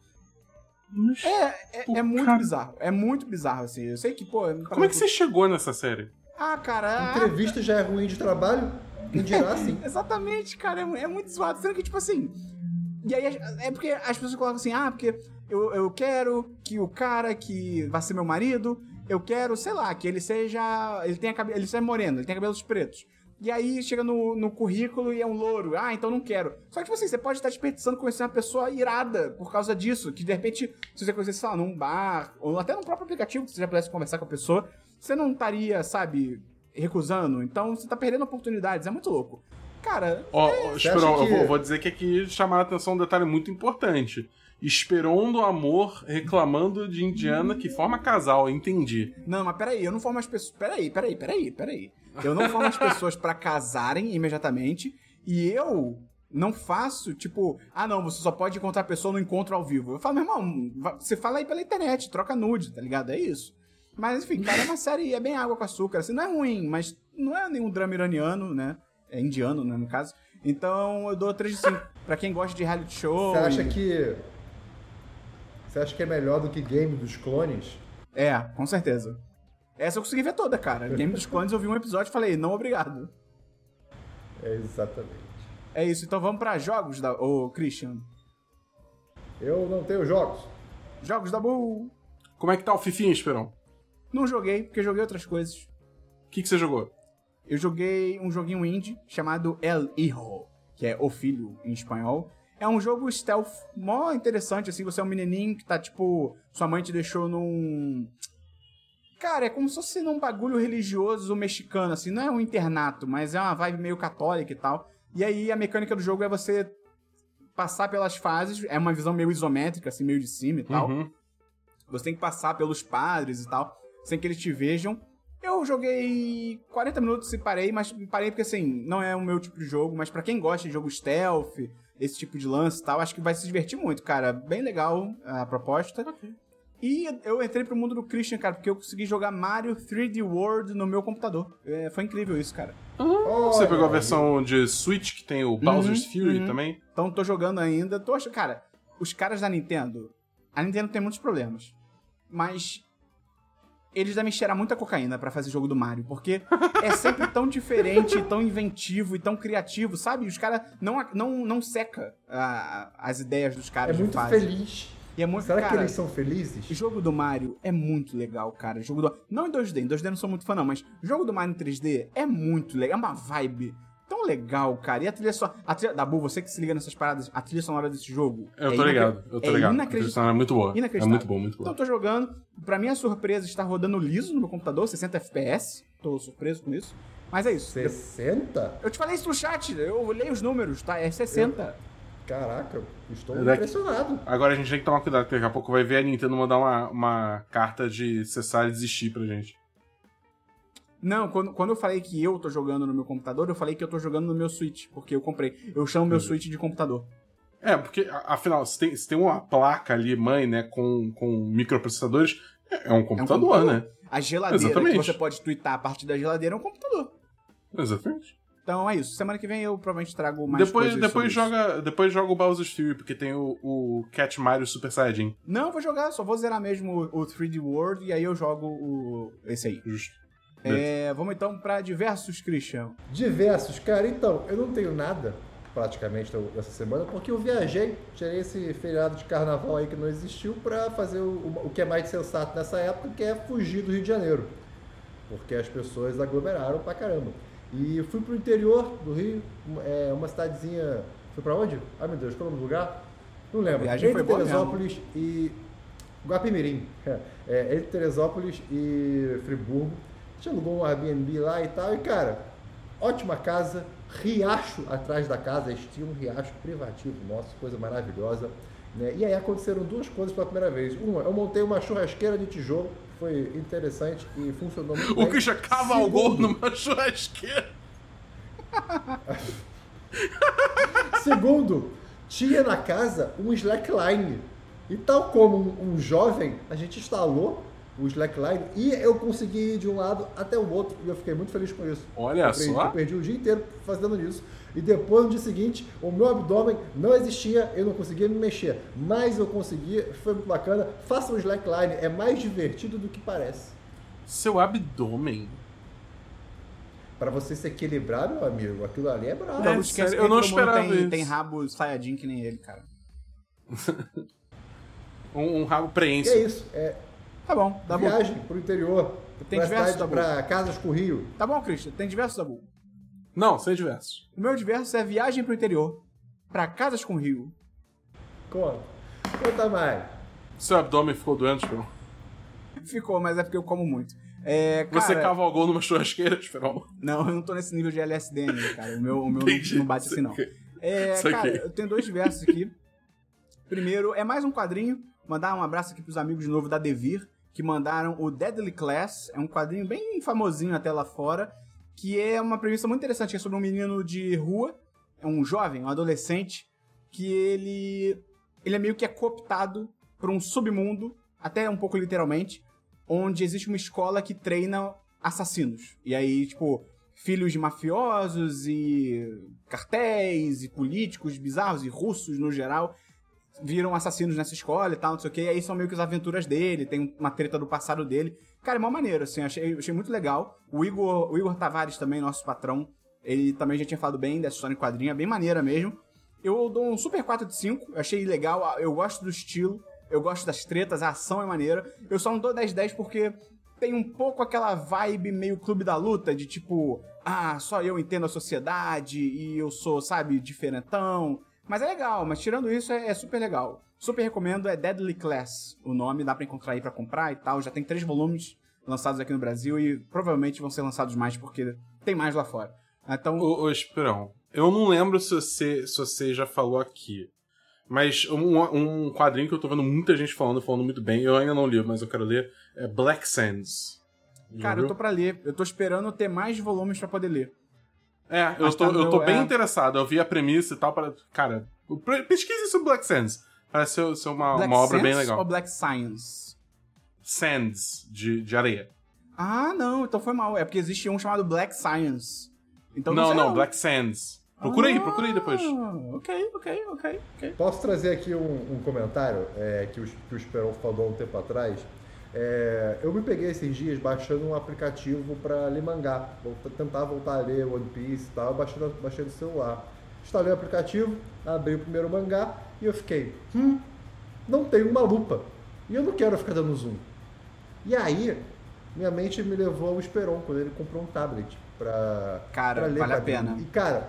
S1: É muito bizarro. É muito bizarro, assim. Eu sei que, pô...
S3: Como é que você chegou nessa série?
S1: Cara...
S2: Entrevista já é ruim de trabalho? Quem dirá assim?
S1: Exatamente, cara, é muito zoado. Sendo que, tipo assim... E aí, é porque as pessoas colocam assim, porque eu quero que o cara que vai ser meu marido, eu quero, sei lá, que ele seja... Ele seja moreno, ele tenha cabelos pretos. E aí chega no currículo e é um louro. Então não quero. Só que, tipo assim, você pode estar desperdiçando conhecer uma pessoa irada por causa disso. Que, de repente, se você conhecer, sei lá, num bar, ou até no próprio aplicativo, que você já pudesse conversar com a pessoa, você não estaria, sabe, recusando. Então, você tá perdendo oportunidades. É muito louco. Cara...
S3: Esperon, eu vou dizer que aqui chamaram a atenção um detalhe muito importante. Esperando o amor, reclamando de Indiana que forma casal, entendi.
S1: Não, mas peraí, eu não formo as pessoas... Peraí. Eu não formo as pessoas pra casarem imediatamente e eu não faço, tipo... não, você só pode encontrar a pessoa no encontro ao vivo. Eu falo, meu irmão, você fala aí pela internet, troca nude, tá ligado? É isso. Mas, enfim, cara, é uma série, é bem água com açúcar, assim, não é ruim, mas não é nenhum drama iraniano, né? É indiano, né, no caso. Então, eu dou 3 de 5. Pra quem gosta de reality show...
S2: Você acha que é melhor do que Game dos Clones?
S1: É, com certeza. Essa eu consegui ver toda, cara. Game dos Clones eu vi um episódio e falei, não, obrigado.
S2: Exatamente.
S1: É isso, então vamos pra jogos, Christian.
S2: Eu não tenho jogos.
S1: Jogos da Bull.
S3: Como é que tá o Fifinha, Esperon?
S1: Não joguei, porque joguei outras coisas.
S3: O que você jogou?
S1: Eu joguei um joguinho indie chamado El Hijo, que é O Filho em espanhol. É um jogo stealth mó interessante, assim, você é um menininho que tá, tipo, sua mãe te deixou num... Cara, é como se fosse num bagulho religioso mexicano, assim, não é um internato, mas é uma vibe meio católica e tal. E aí a mecânica do jogo é você passar pelas fases, é uma visão meio isométrica, assim, meio de cima e tal.
S3: Uhum.
S1: Você tem que passar pelos padres e tal, sem que eles te vejam. Eu joguei 40 minutos e parei, mas parei porque, assim, não é o meu tipo de jogo, mas pra quem gosta de jogo stealth, esse tipo de lance e tal, acho que vai se divertir muito, cara. Bem legal a proposta. Okay. E eu entrei pro mundo do Christian, cara, porque eu consegui jogar Mario 3D World no meu computador. Foi incrível isso, cara.
S3: Você pegou a versão de Switch, que tem o Bowser's Fury também?
S1: Então tô jogando ainda. Cara, os caras da Nintendo... A Nintendo tem muitos problemas. Mas... eles devem cheirar muita cocaína pra fazer jogo do Mario, porque é sempre tão diferente, tão inventivo e tão criativo, sabe? Os caras não seca as ideias dos caras.
S2: É muito feliz.
S1: E é muito,
S2: Será
S1: cara,
S2: que eles são felizes?
S1: O jogo do Mario é muito legal, cara. Não em 2D, em 2D eu não sou muito fã não, mas o jogo do Mario em 3D é muito legal, é uma vibe tão legal, cara. E a trilha sonora... Dabu, você que se liga nessas paradas, a trilha sonora desse jogo...
S3: Eu tô ligado. A trilha sonora é muito boa.
S1: Inacreditável.
S3: É muito boa.
S1: Então eu tô jogando, pra minha surpresa, está rodando liso no meu computador, 60 FPS. Tô surpreso com isso. Mas é isso.
S2: 60?
S1: Eu te falei isso no chat, eu olhei os números, tá? É 60.
S2: Caraca, estou impressionado.
S3: Agora a gente tem que tomar cuidado, porque daqui a pouco vai ver a Nintendo mandar uma carta de cessar e desistir pra gente.
S1: Não, quando eu falei que eu tô jogando no meu computador, eu falei que eu tô jogando no meu Switch, porque eu comprei. Eu chamo meu Switch de computador.
S3: Porque, afinal, se tem uma placa ali, mãe, né, com microprocessadores, é um computador, né?
S1: A geladeira
S3: Exatamente.
S1: que você pode tweetar a partir da geladeira é um computador.
S3: Exatamente.
S1: Então é isso. Semana que vem eu provavelmente trago mais coisas
S3: depois joga o Bowser's Fury, porque tem o Cat Mario Super Saiyajin.
S1: Não, vou jogar, só vou zerar mesmo o 3D World e aí eu jogo esse aí.
S3: Justo.
S1: Vamos então pra diversos, Christian.
S2: Diversos, cara, então, eu não tenho nada praticamente essa semana, porque eu viajei, tirei esse feriado de carnaval aí que não existiu pra fazer o que é mais sensato nessa época, que é fugir do Rio de Janeiro. Porque as pessoas aglomeraram pra caramba. E fui pro interior do Rio, uma cidadezinha... Foi pra onde? Ai meu Deus, qual é o nome do lugar? Não lembro.
S1: A viagem foi boa
S2: Teresópolis e... Guapimirim. Entre Teresópolis e Friburgo. A gente alugou um Airbnb lá e tal. E, cara, ótima casa. Riacho atrás da casa. Eles tinham um riacho privativo nosso, coisa maravilhosa. Né? E aí aconteceram duas coisas pela primeira vez. Uma, eu montei uma churrasqueira de tijolo. Foi interessante e funcionou muito bem.
S3: O Christian cavalgou numa churrasqueira.
S2: Segundo, tinha na casa um slackline. E tal como um jovem, a gente instalou o slackline e eu consegui ir de um lado até o outro. E eu fiquei muito feliz com isso.
S3: Olha só.
S2: Eu perdi o dia inteiro fazendo isso. E depois, no dia seguinte, o meu abdômen não existia, eu não conseguia me mexer. Mas eu consegui, foi muito bacana. Faça um slackline, é mais divertido do que parece.
S3: Seu abdômen?
S2: pra você se equilibrar, meu amigo, aquilo ali é brabo.
S1: Não, esquece
S3: sério,
S1: que
S3: eu não
S1: todo mundo
S3: esperava isso.
S1: tem rabo Saiyajin que nem ele, cara.
S3: Um rabo
S2: E
S3: preensivo.
S2: é isso,
S1: Tá bom, tá bom.
S2: viagem pro interior,
S1: Tem
S2: pra
S1: diversos,
S2: cidade,
S1: Dabu.
S2: pra casas com rio.
S1: Tá bom, Christian, tem diversos, Dabu.
S3: Não, sem diversos.
S1: O meu diverso é viagem pro interior, pra casas com rio.
S2: Conta mais.
S3: Seu abdômen ficou doente, Esperon?
S1: Ficou, mas é porque eu como muito.
S3: Você
S1: Cara,
S3: cavalgou numa churrasqueira, Esperon?
S1: Não, eu não tô nesse nível de LSD ainda, cara. O meu
S3: Entendi.
S1: não bate assim, não.
S3: Saquei.
S1: Cara, eu tenho 2 diversos aqui. Primeiro, é mais um quadrinho. Mandar um abraço aqui pros amigos de novo da Devir, que mandaram o Deadly Class. É um quadrinho bem famosinho até lá fora, que é uma premissa muito interessante, que é sobre um menino de rua, é um jovem, um adolescente, que ele é meio que cooptado por um submundo, até um pouco literalmente, onde existe uma escola que treina assassinos. E aí, tipo, filhos de mafiosos e cartéis e políticos bizarros e russos no geral viram assassinos nessa escola e tal, não sei o que, e aí são meio que as aventuras dele, tem uma treta do passado dele. Cara, é mó maneiro, assim, achei muito legal. O Igor Tavares também, nosso patrão, ele também já tinha falado bem dessa história em quadrinho, é bem maneira mesmo. Eu dou um super 4 de 5, achei legal, eu gosto do estilo, eu gosto das tretas, a ação é maneira. Eu só não dou 10/10 porque tem um pouco aquela vibe meio Clube da Luta, de tipo, só eu entendo a sociedade e eu sou, sabe, diferentão. Mas é legal, mas tirando isso é super legal. Super recomendo, é Deadly Class o nome, dá pra encontrar aí pra comprar e tal. Já tem 3 volumes lançados aqui no Brasil e provavelmente vão ser lançados mais porque tem mais lá fora. Então,
S3: Ô, Esperão, eu não lembro se você já falou aqui, mas um quadrinho que eu tô vendo muita gente falando muito bem, eu ainda não li, mas eu quero ler, é Black Sands. Já
S1: cara,
S3: viu?
S1: eu tô pra ler. Eu tô esperando ter mais volumes pra poder ler.
S3: Eu
S1: Mas tá
S3: tô
S1: no-
S3: bem interessado, eu vi a premissa e tal, cara, pesquise sobre Black Sands, parece ser uma
S1: Black
S3: obra bem
S1: Sense
S3: legal.
S1: ou Black Science?
S3: Sands, de areia.
S1: Não, então foi mal. É porque existe um chamado Black Science. Então
S3: Não,
S1: sei
S3: Black Sands. Procura aí depois.
S1: Ok.
S2: Posso trazer aqui um comentário que o Esperon falou um tempo atrás? Eu me peguei esses dias baixando um aplicativo para ler mangá. Vou tentar voltar a ler One Piece e tal, baixei no celular. Instalei o aplicativo, abri o primeiro mangá e eu fiquei, não tenho uma lupa. E eu não quero ficar dando zoom. E aí, minha mente me levou ao Esperon, quando ele comprou um tablet pra ler
S1: vale a
S2: quadrinho.
S1: pena.
S2: E cara,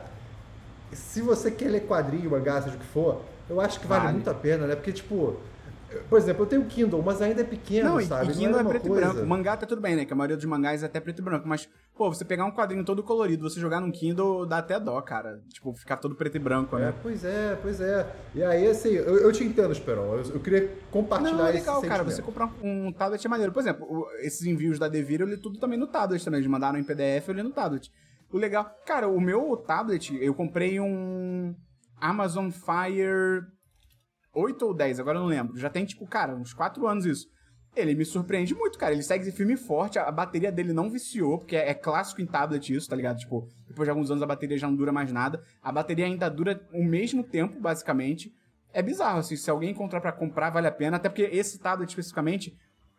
S2: se você quer ler quadrinho, mangá, seja o que for, eu acho que vale muito a pena, né? Porque, tipo, por exemplo, eu tenho Kindle, mas ainda é pequeno,
S1: Não,
S2: sabe?
S1: e Kindle
S2: é
S1: é
S2: uma
S1: preto
S2: coisa...
S1: e branco. Mangá tá tudo bem, né? Que a maioria dos mangás é até preto e branco. Mas, pô, você pegar um quadrinho todo colorido, você jogar num Kindle, dá até dó, cara. Tipo, ficar todo preto e branco, né?
S2: Pois é. E aí, assim, eu te entendo, Esperon. Eu queria compartilhar
S1: Não, é
S2: esse
S1: legal, cara.
S2: sentimento.
S1: Você comprar um tablet é maneiro. Por exemplo, esses envios da Devir, eu li tudo também no tablet também. Eles mandaram em PDF, eu li no tablet. O legal... Cara, o meu tablet, eu comprei um Amazon Fire 8 ou 10, agora eu não lembro. Já tem, tipo, cara, uns 4 anos isso. Ele me surpreende muito, cara. Ele segue firme e forte. A bateria dele não viciou, porque é clássico em tablet isso, tá ligado? Tipo, depois de alguns anos a bateria já não dura mais nada. A bateria ainda dura o mesmo tempo, basicamente. É bizarro, assim. Se alguém encontrar pra comprar, vale a pena. Até porque esse tablet, especificamente,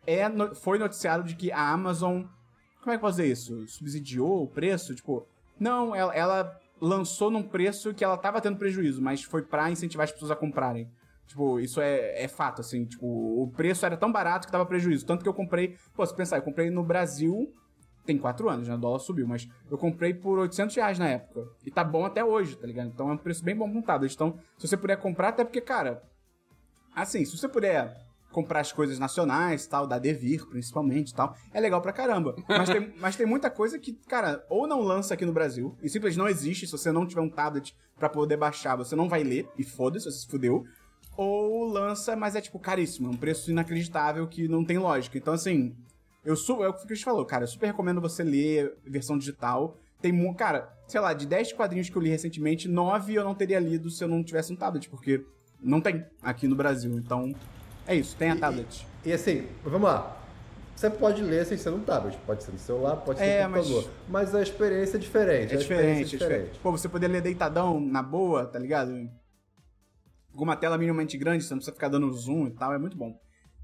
S1: foi noticiado de que a Amazon... Como é que eu posso dizer isso? Subsidiou o preço? Tipo, não, ela lançou num preço que ela tava tendo prejuízo, mas foi pra incentivar as pessoas a comprarem. Tipo, isso é fato, assim. Tipo, o preço era tão barato que dava prejuízo. Tanto que eu comprei... Pô, se pensar, eu comprei no Brasil... Tem 4 anos, né? O dólar subiu, mas eu comprei por R$800 na época. E tá bom até hoje, tá ligado? Então é um preço bem bom pra um tablet. Então, se você puder comprar, até porque, cara... Assim, se você puder comprar as coisas nacionais, tal, da Devir, principalmente, tal, é legal pra caramba. Mas tem muita coisa que, cara, ou não lança aqui no Brasil, e simplesmente não existe. Se você não tiver um tablet pra poder baixar, você não vai ler, e foda-se, você se fudeu. Ou lança, mas é, tipo, caríssimo. É um preço inacreditável que não tem lógica. Então, assim, é o que o Chris falou, cara. Eu super recomendo você ler versão digital. Tem, cara, sei lá, de 10 quadrinhos que eu li recentemente, 9 eu não teria lido se eu não tivesse um tablet, porque não tem aqui no Brasil. Então, é isso, tem a tablet.
S2: E assim, vamos lá. Você pode ler sem ser no tablet. Pode ser no celular, pode ser no computador. Mas a experiência é diferente.
S1: É diferente. Pô, você poder ler deitadão, na boa, tá ligado? Com uma tela minimamente grande, você não precisa ficar dando zoom e tal, é muito bom.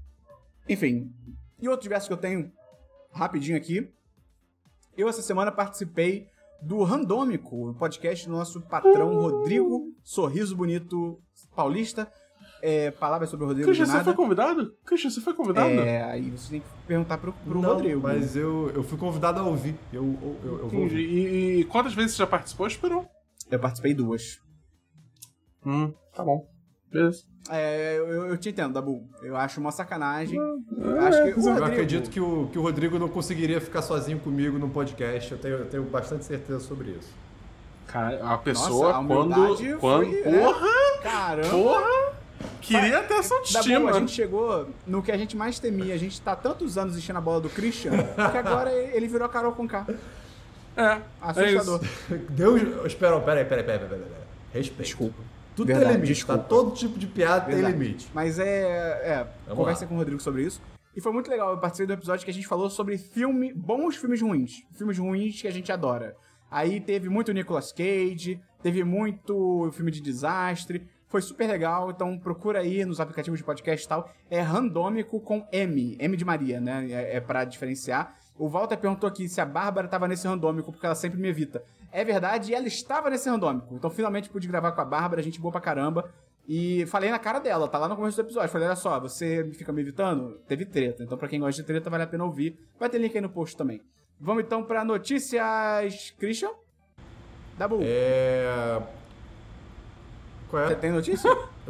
S1: Enfim, e outro diverso que eu tenho, rapidinho aqui. Eu, essa semana, participei do Randômico, o podcast do nosso patrão Rodrigo Sorriso Bonito Paulista. Palavras sobre o Rodrigo
S3: Christian,
S1: do
S3: você
S1: nada.
S3: foi convidado? Christian, você foi convidado?
S1: Aí você tem que perguntar pro
S2: Não,
S1: Rodrigo.
S2: mas eu fui convidado a ouvir. Eu vou
S3: Entendi.
S2: ouvir.
S3: E quantas vezes você já participou, Esperou?
S1: Eu participei 2.
S3: Tá bom. Beleza.
S1: Eu te entendo, Dabu. Eu acho uma sacanagem. Eu acho que o
S2: Eu
S1: Rodrigo...
S2: acredito que o Rodrigo não conseguiria ficar sozinho comigo no podcast. Eu tenho bastante certeza sobre isso.
S3: Cara, a pessoa
S1: Nossa, a humildade
S3: quando
S1: foi,
S3: porra!
S1: Caramba!
S3: Porra! Queria ter essa
S1: Dabu,
S3: autoestima.
S1: a gente chegou no que a gente mais temia. A gente tá há tantos anos enchendo a bola do Christian que agora ele virou a Carol Conká. Assustador.
S2: Deus. Espera, peraí. Respeito.
S1: Desculpa.
S2: Tudo
S1: Verdade,
S2: tem limite,
S1: desculpa.
S2: tá? Todo tipo de piada
S1: Verdade.
S2: tem limite.
S1: Mas
S2: Vamos
S1: conversei
S2: lá.
S1: com o Rodrigo sobre isso. E foi muito legal. Eu participei do episódio que a gente falou sobre bons filmes ruins. Filmes ruins que a gente adora. Aí teve muito Nicolas Cage, teve muito filme de desastre. Foi super legal, então procura aí nos aplicativos de podcast e tal. É Randômico com M de Maria, né? É pra diferenciar. O Walter perguntou aqui se a Bárbara tava nesse Randômico, porque ela sempre me evita. É verdade, e ela estava nesse Randômico. Então finalmente pude gravar com a Bárbara, a gente boa pra caramba. E falei na cara dela, tá lá no começo do episódio. Falei, olha só, você fica me evitando? Teve treta. Então pra quem gosta de treta, vale a pena ouvir. Vai ter link aí no post também. Vamos então pra notícias... Christian? Dabu,
S2: Qual é?
S1: você tem notícia?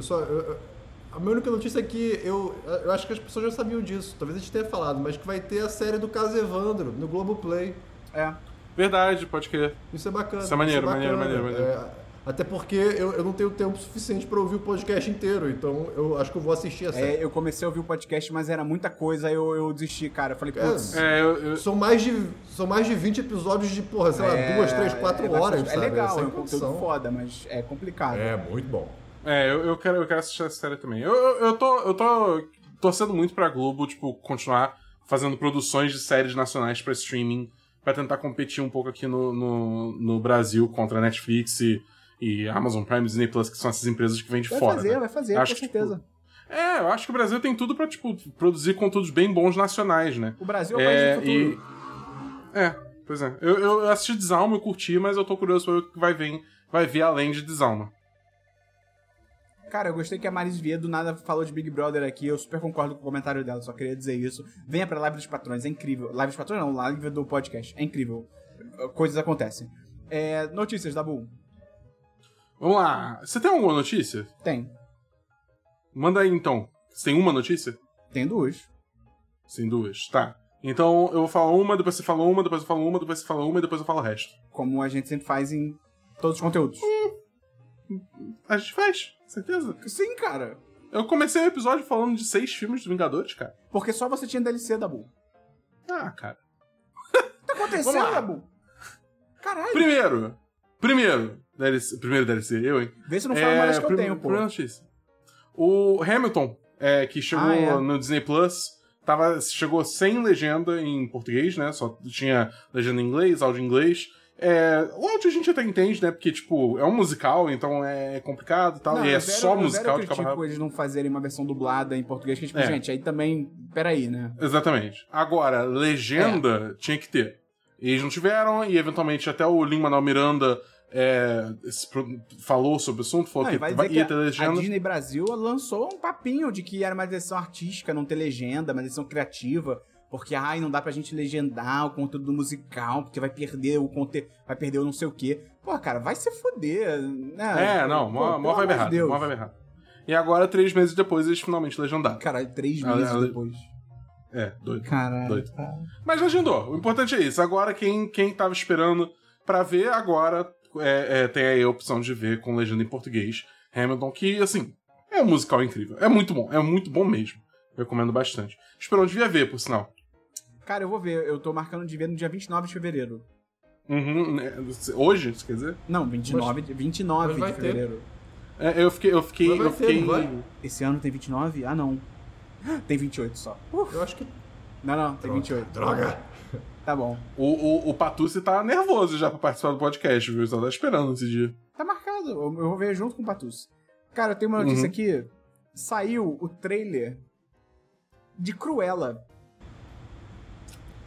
S2: A minha única notícia é que eu acho que as pessoas já sabiam disso. Talvez a gente tenha falado, mas que vai ter a série do caso Evandro no Globoplay.
S3: Verdade, pode crer.
S2: Isso é bacana.
S3: Isso é maneiro,
S2: bacana.
S3: maneiro.
S2: Até porque eu não tenho tempo suficiente pra ouvir o podcast inteiro, então eu acho que eu vou assistir a série.
S1: Eu comecei a ouvir o podcast, mas era muita coisa, aí eu desisti, cara. Eu falei, putz...
S2: São mais de 20 episódios de, sei lá, 2, 3, 4 horas,
S1: bastante.
S2: sabe?
S1: É legal,
S2: Sem
S1: é um conteúdo
S2: condição.
S1: foda, mas é complicado.
S2: É, muito bom.
S3: Eu quero assistir essa série também. Eu tô torcendo muito pra Globo, tipo, continuar fazendo produções de séries nacionais pra streaming, pra tentar competir um pouco aqui no Brasil contra a Netflix e Amazon Prime, Disney Plus, que são essas empresas que vêm de fora.
S1: Vai fazer, com certeza.
S3: Eu acho que o Brasil tem tudo pra, tipo, produzir conteúdos bem bons nacionais, né?
S1: O Brasil é o país do futuro.
S3: Pois é. Eu assisti Desalma, eu curti, mas eu tô curioso pra ver o que vai vir além de Desalma.
S1: Cara, eu gostei que a Maris Vieira do nada falou de Big Brother aqui, eu super concordo com o comentário dela, só queria dizer isso. Venha pra Live dos Patrões, é incrível. Live dos Patrões não, Live do podcast, é incrível. Coisas acontecem. Notícias, Dabu?
S3: Vamos lá. Você tem alguma notícia?
S1: Tem.
S3: Manda aí, então. Você tem uma notícia?
S1: Tem 2.
S3: Sim, 2. Tá. Então eu vou falar uma, depois você fala uma, depois eu falo uma, depois você fala uma e depois eu falo o resto.
S1: Como a gente sempre faz em todos os conteúdos.
S3: A gente faz, certeza.
S1: Sim, cara.
S3: Eu comecei o episódio falando de 6 filmes dos Vingadores, cara.
S1: Porque só você tinha DLC, Dabu.
S3: Ah, cara.
S1: O que tá acontecendo,
S3: Vamos lá.
S1: Dabu? Caralho.
S3: Primeiro DLC, eu, hein?
S1: Vê se não fala mais que eu tenho, pô.
S3: Primeira notícia. O Hamilton, que chegou no Disney Plus, chegou sem legenda em português, né? Só tinha legenda em inglês, áudio em inglês. O áudio a gente até entende, né? Porque, tipo, é um musical, então é complicado e tal.
S1: Não,
S3: e é
S1: eu
S3: só musical de
S1: critico
S3: cabo a rabo.
S1: eles não fazerem uma versão dublada em português, que tipo, gente, aí também... Peraí, né?
S3: Exatamente. Agora, legenda tinha que ter. E eles não tiveram, e eventualmente até o Lin-Manuel Miranda falou sobre o assunto, falou que ia ter legenda.
S1: A Disney Brasil lançou um papinho de que era uma direção artística, não ter legenda, uma direção criativa, porque, não dá pra gente legendar o conteúdo do musical, porque vai perder o conteúdo, vai perder o não sei o quê. Pô, cara, vai se foder, né?
S3: Mó vai errado. E agora, 3 meses depois, eles finalmente legendaram.
S1: Caralho, 3 meses depois.
S3: Doido.
S1: Caralho.
S3: Doido. Mas legendou. O importante é isso. Agora, quem tava esperando pra ver, agora tem aí a opção de ver com legenda em português. Hamilton, que, assim, é um musical incrível. É muito bom mesmo. Eu recomendo bastante. Espero onde devia ver, por sinal.
S1: Cara, eu vou ver. Eu tô marcando de ver no dia 29 de fevereiro.
S3: Hoje, você quer dizer?
S1: Não, 29 de fevereiro.
S3: Eu fiquei.
S2: Não vai?
S1: Esse ano tem 29? Ah, não. Tem 28 só.
S2: Eu acho que...
S1: Não, tem 28.
S2: Droga!
S1: Tá bom.
S3: O Patucci tá nervoso já pra participar do podcast, viu? Só tá esperando esse dia.
S1: Tá marcado. Eu vou ver junto com o Patucci. Cara, eu tenho uma notícia aqui. Saiu o trailer de Cruella.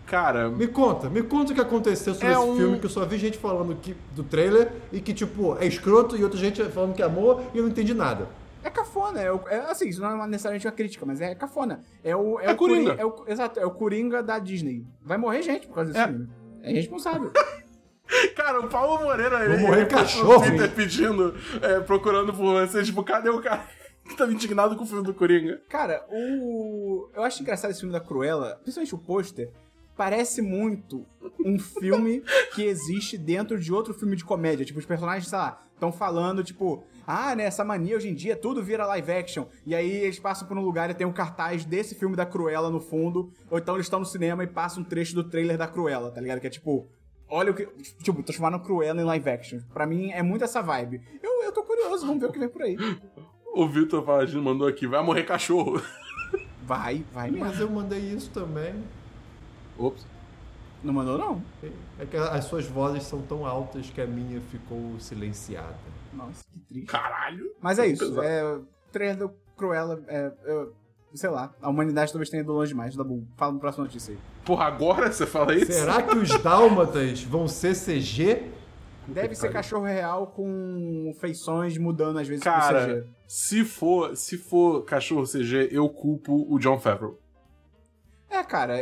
S3: Cara,
S2: Me conta o que aconteceu sobre esse filme, que eu só vi gente falando do trailer e que, tipo, é escroto e outra gente falando que é amor e eu não entendi nada.
S1: É cafona, assim, isso não é necessariamente uma crítica, mas é cafona. É o
S3: Coringa.
S1: Exato, é o Coringa da Disney. Vai morrer gente por causa desse filme. É irresponsável.
S3: cara, o Paulo Moreira,
S2: Vou morrer cachorro.
S3: pedindo, procurando por você, tipo, cadê o cara que tá indignado com o filme do Coringa?
S1: Cara, eu acho engraçado esse filme da Cruella, principalmente o pôster, parece muito um filme que existe dentro de outro filme de comédia. Tipo, os personagens, sei lá, estão falando, tipo, né, essa mania hoje em dia, tudo vira live action. E aí eles passam por um lugar e tem um cartaz desse filme da Cruella no fundo, ou então eles estão no cinema e passam um trecho do trailer da Cruella, tá ligado? Que é tipo, olha o que... Tipo, transformaram Cruella em live action. Pra mim, é muito essa vibe. Eu tô curioso, vamos ver o que vem por aí.
S3: O Vitor Paladino mandou aqui, vai morrer cachorro.
S1: Vai mesmo.
S2: Mas eu mandei isso também.
S3: Ops.
S1: Não mandou, não?
S2: É que as suas vozes são tão altas que a minha ficou silenciada.
S1: Nossa, que triste.
S3: Caralho.
S1: Mas é isso.
S3: Pesado.
S1: O trailer do Cruella, sei lá, a humanidade talvez tenha ido longe demais. Dabu, fala no próximo notícia aí.
S3: Porra, agora você fala isso?
S2: Será que os dálmatas vão ser CG?
S1: Deve ser cachorro real com feições mudando às vezes pro
S3: Cara,
S1: CG.
S3: se for cachorro CG, eu culpo o Jon Favreau.
S1: Cara,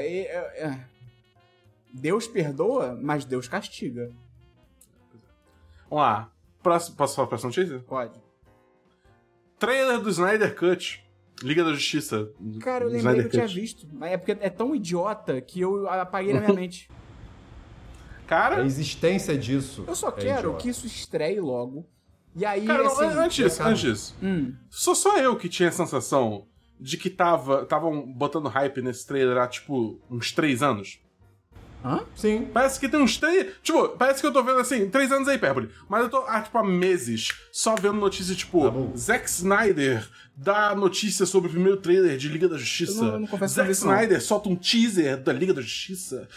S1: Deus perdoa, mas Deus castiga.
S3: Vamos lá. Posso falar a próxima notícia?
S1: Pode.
S3: Trailer do Snyder Cut. Liga da Justiça.
S1: Cara, eu lembrei
S3: Snyder
S1: que eu tinha
S3: Cut.
S1: visto, mas é porque é tão idiota que eu apaguei na minha mente.
S3: Cara,
S2: A existência disso.
S1: Eu só
S2: é
S1: quero
S2: idiota.
S1: que isso estreie logo. E aí,
S3: Cara, não,
S1: assim...
S3: antes disso. Só eu que tinha a sensação de que estavam botando hype nesse trailer há, tipo, uns 3 anos.
S1: Hã?
S2: Sim.
S3: Parece que tem uns 3... Tipo, parece que eu tô vendo, assim, 3 anos é hipérbole. Mas eu tô, tipo, há meses só vendo notícia, tipo...
S2: Tá bom.
S3: Zack Snyder dá notícia sobre o primeiro trailer de Liga da Justiça.
S1: Eu não confesso que eu
S3: Zack
S1: vi isso, não.
S3: Snyder solta um teaser da Liga da Justiça.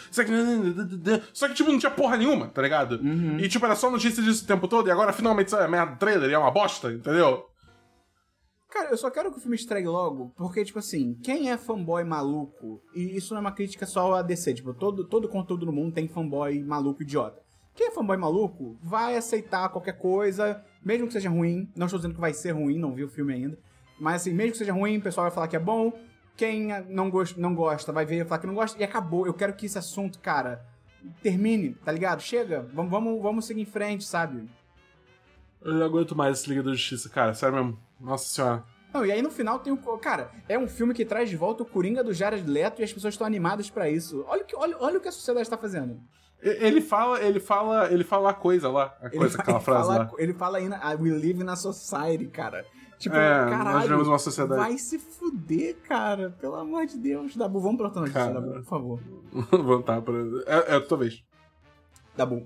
S3: Só que, tipo, não tinha porra nenhuma, tá ligado? E, tipo, era só notícia disso o tempo todo. E agora, finalmente, sai a merda do trailer e é uma bosta, entendeu?
S1: Cara, eu só quero que o filme estreie logo, porque, tipo assim, quem é fanboy maluco, e isso não é uma crítica só a DC, tipo, todo conteúdo no mundo tem fanboy maluco idiota. Quem é fanboy maluco vai aceitar qualquer coisa, mesmo que seja ruim, não estou dizendo que vai ser ruim, não vi o filme ainda, mas assim, mesmo que seja ruim, o pessoal vai falar que é bom, quem não gosta vai ver e falar que não gosta, e acabou. Eu quero que esse assunto, cara, termine, tá ligado? Chega, vamos seguir em frente, sabe?
S3: Eu não aguento mais esse Liga da Justiça, cara, sério mesmo. Nossa senhora.
S1: Não, e aí no final tem o... Cara, é um filme que traz de volta o Coringa do Jared Leto e as pessoas estão animadas pra isso. Olha o que a sociedade tá fazendo.
S3: Ele fala a coisa lá, aquela frase lá.
S1: Ele fala aí, we live in a society, cara. Tipo,
S3: Nós
S1: caralho,
S3: vivemos uma sociedade.
S1: vai se fuder, cara. Pelo amor de Deus. Dabu, vamos pra outra notícia,
S3: Cara.
S1: Dabu, por favor.
S3: Levantar pra... É a tua vez.
S1: Dabu,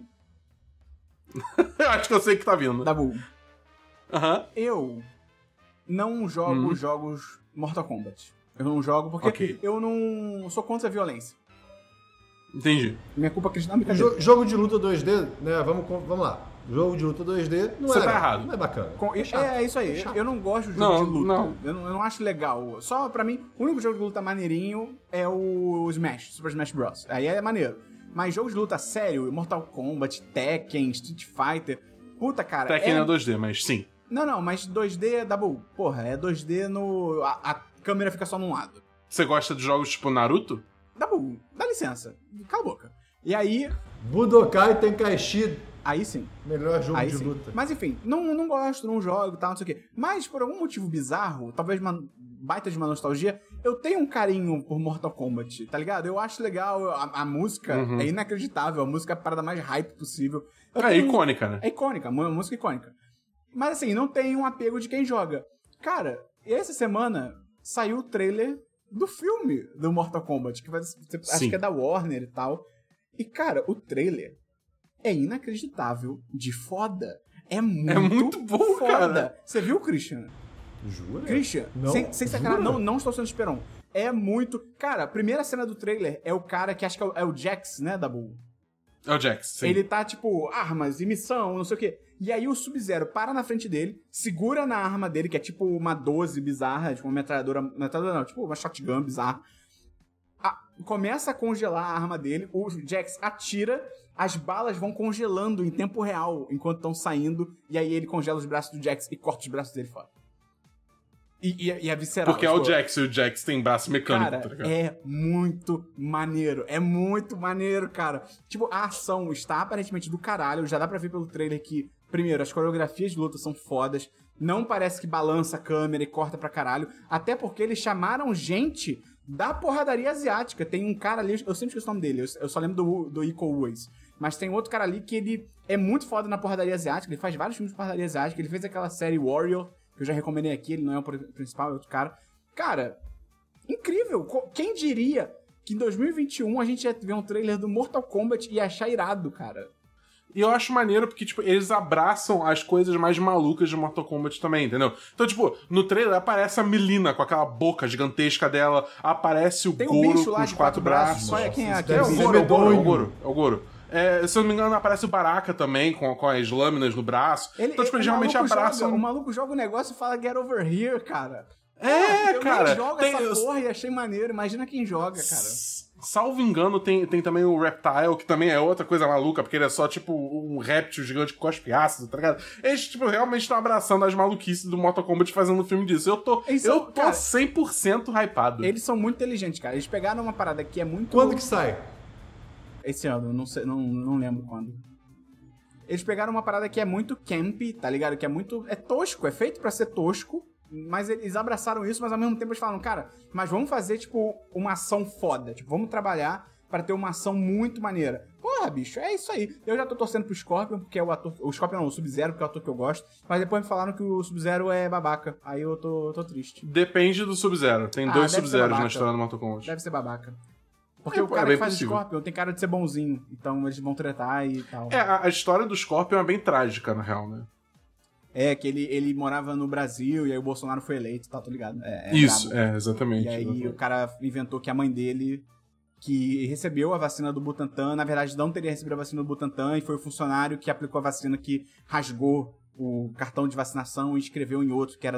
S3: Eu acho que eu sei que tá vindo.
S1: Dabu.
S3: Aham.
S1: Eu não jogo jogos Mortal Kombat. Eu não jogo porque
S3: Ok.
S1: eu não sou contra a violência.
S3: Entendi.
S1: Minha culpa é cristã, brincadeira.
S2: Jogo de luta 2D, né? Vamos lá. Jogo de luta 2D não
S3: Você
S2: é
S3: tá
S2: legal,
S3: errado.
S2: Não é bacana.
S1: É isso aí. Eu não gosto de
S3: Não,
S1: jogo de luta.
S3: não.
S1: Eu não acho legal. Só pra mim, o único jogo de luta maneirinho é o Smash, Super Smash Bros. Aí é maneiro. Mas jogo de luta sério, Mortal Kombat, Tekken, Street Fighter... Puta, cara...
S3: Tekken é 2D, mas sim.
S1: Não, mas 2D é double. Porra, é 2D no... A câmera fica só num lado.
S3: Você gosta de jogos tipo Naruto?
S1: Double, dá licença. Cala a boca. E aí...
S2: Budokai Tenkaichi,
S1: Aí sim.
S2: melhor jogo
S1: Aí
S2: de
S1: sim.
S2: luta.
S1: Mas enfim, não gosto, não jogo e tal, não sei o quê. Mas por algum motivo bizarro, talvez uma baita de uma nostalgia, eu tenho um carinho por Mortal Kombat, tá ligado? Eu acho legal, a música é inacreditável, a música é a parada mais hype possível.
S3: Icônica, né?
S1: É icônica, uma música icônica. Mas assim, não tem um apego de quem joga. Cara, essa semana saiu o trailer do filme do Mortal Kombat, que acho que é da Warner e tal. E cara, o trailer é inacreditável de foda. É muito
S3: bom,
S1: foda.
S3: cara.
S1: Você viu, Christian?
S2: Jura?
S1: Christian,
S2: Não.
S1: sem sacanagem,
S2: Jura?
S1: não estou sendo esperão. É muito... Cara, a primeira cena do trailer é o cara que acho que é o Jax, né, Dabu?
S3: É o Jax, sim.
S1: Ele tá, tipo, armas e missão, não sei o quê. E aí o Sub-Zero para na frente dele, segura na arma dele, que é tipo uma 12 bizarra, tipo uma metralhadora não, tipo uma shotgun bizarra. começa a congelar a arma dele, o Jax atira, as balas vão congelando em tempo real enquanto estão saindo, e aí ele congela os braços do Jax e corta os braços dele fora. E é visceral.
S3: Porque é o Jax, e o Jax tem braço mecânico,
S1: cara,
S3: tá ligado?
S1: é muito maneiro, cara. Tipo, a ação está aparentemente do caralho, já dá pra ver pelo trailer que, primeiro, as coreografias de luta são fodas, não parece que balança a câmera e corta pra caralho, até porque eles chamaram gente da porradaria asiática. Tem um cara ali, eu sempre esqueço o nome dele, eu só lembro do Iko Uwais, mas tem outro cara ali que ele é muito foda na porradaria asiática, ele faz vários filmes de porradaria asiática, ele fez aquela série Warrior, que eu já recomendei aqui, ele não é o principal, é outro cara. Cara, incrível! Quem diria que em 2021 a gente ia ver um trailer do Mortal Kombat e achar irado, cara?
S3: E eu acho maneiro porque, tipo, eles abraçam as coisas mais malucas de Mortal Kombat também, entendeu? Então, tipo, no trailer aparece a Melina com aquela boca gigantesca dela, aparece o
S1: Tem
S3: Goro
S1: bicho lá
S3: com
S1: de
S3: os 4 braços.
S1: Olha quem é aqui.
S2: Deve
S3: É o
S2: ser
S3: Goro,
S2: medonho.
S3: é o Goro. Se eu não me engano, aparece o Baraka também, com as lâminas no braço. Então, tipo, eles realmente abraçam...
S1: O maluco joga o negócio e fala get over here, cara.
S3: É,
S1: eu
S3: cara.
S1: nem jogo essa porra e achei maneiro. Imagina quem joga, cara.
S3: Salvo engano, tem também o Reptile, que também é outra coisa maluca, porque ele é só, tipo, um réptil gigante que cospe ácido, tá ligado? Eles, tipo, realmente estão abraçando as maluquices do Mortal Kombat fazendo um filme disso. Eu tô
S1: cara,
S3: 100% hypado.
S1: Eles são muito inteligentes, cara. Eles pegaram uma parada que é muito...
S2: Quando que sai?
S1: Esse ano, não sei, não lembro quando. Eles pegaram uma parada que é muito camp, tá ligado? Que é muito... É tosco, é feito pra ser tosco, mas eles abraçaram isso, mas ao mesmo tempo eles falaram, cara, mas vamos fazer, tipo, uma ação foda. Tipo, vamos trabalhar pra ter uma ação muito maneira. Porra, bicho, é isso aí. Eu já tô torcendo pro Scorpion, porque é o ator... O Scorpion não, o Sub-Zero, porque é o ator que eu gosto. Mas depois me falaram que o Sub-Zero é babaca. Aí eu tô triste.
S3: Depende do Sub-Zero. Tem dois
S1: deve ser
S3: Sub-Zeros na
S1: babaca.
S3: história do Mortal Kombat.
S1: Deve ser babaca. Porque o
S3: É
S1: cara
S3: bem
S1: que faz
S3: possível.
S1: o Scorpion tem cara de ser bonzinho. Então eles vão tretar e tal.
S3: A história do Scorpion é bem trágica, na real, né?
S1: É, que ele morava no Brasil e aí o Bolsonaro foi eleito e tal, tô ligado?
S3: Isso,
S1: brabo.
S3: exatamente.
S1: E aí o cara inventou que a mãe dele, que recebeu a vacina do Butantan, na verdade não teria recebido a vacina do Butantan, e foi o funcionário que aplicou a vacina que rasgou o cartão de vacinação e escreveu em outro, que era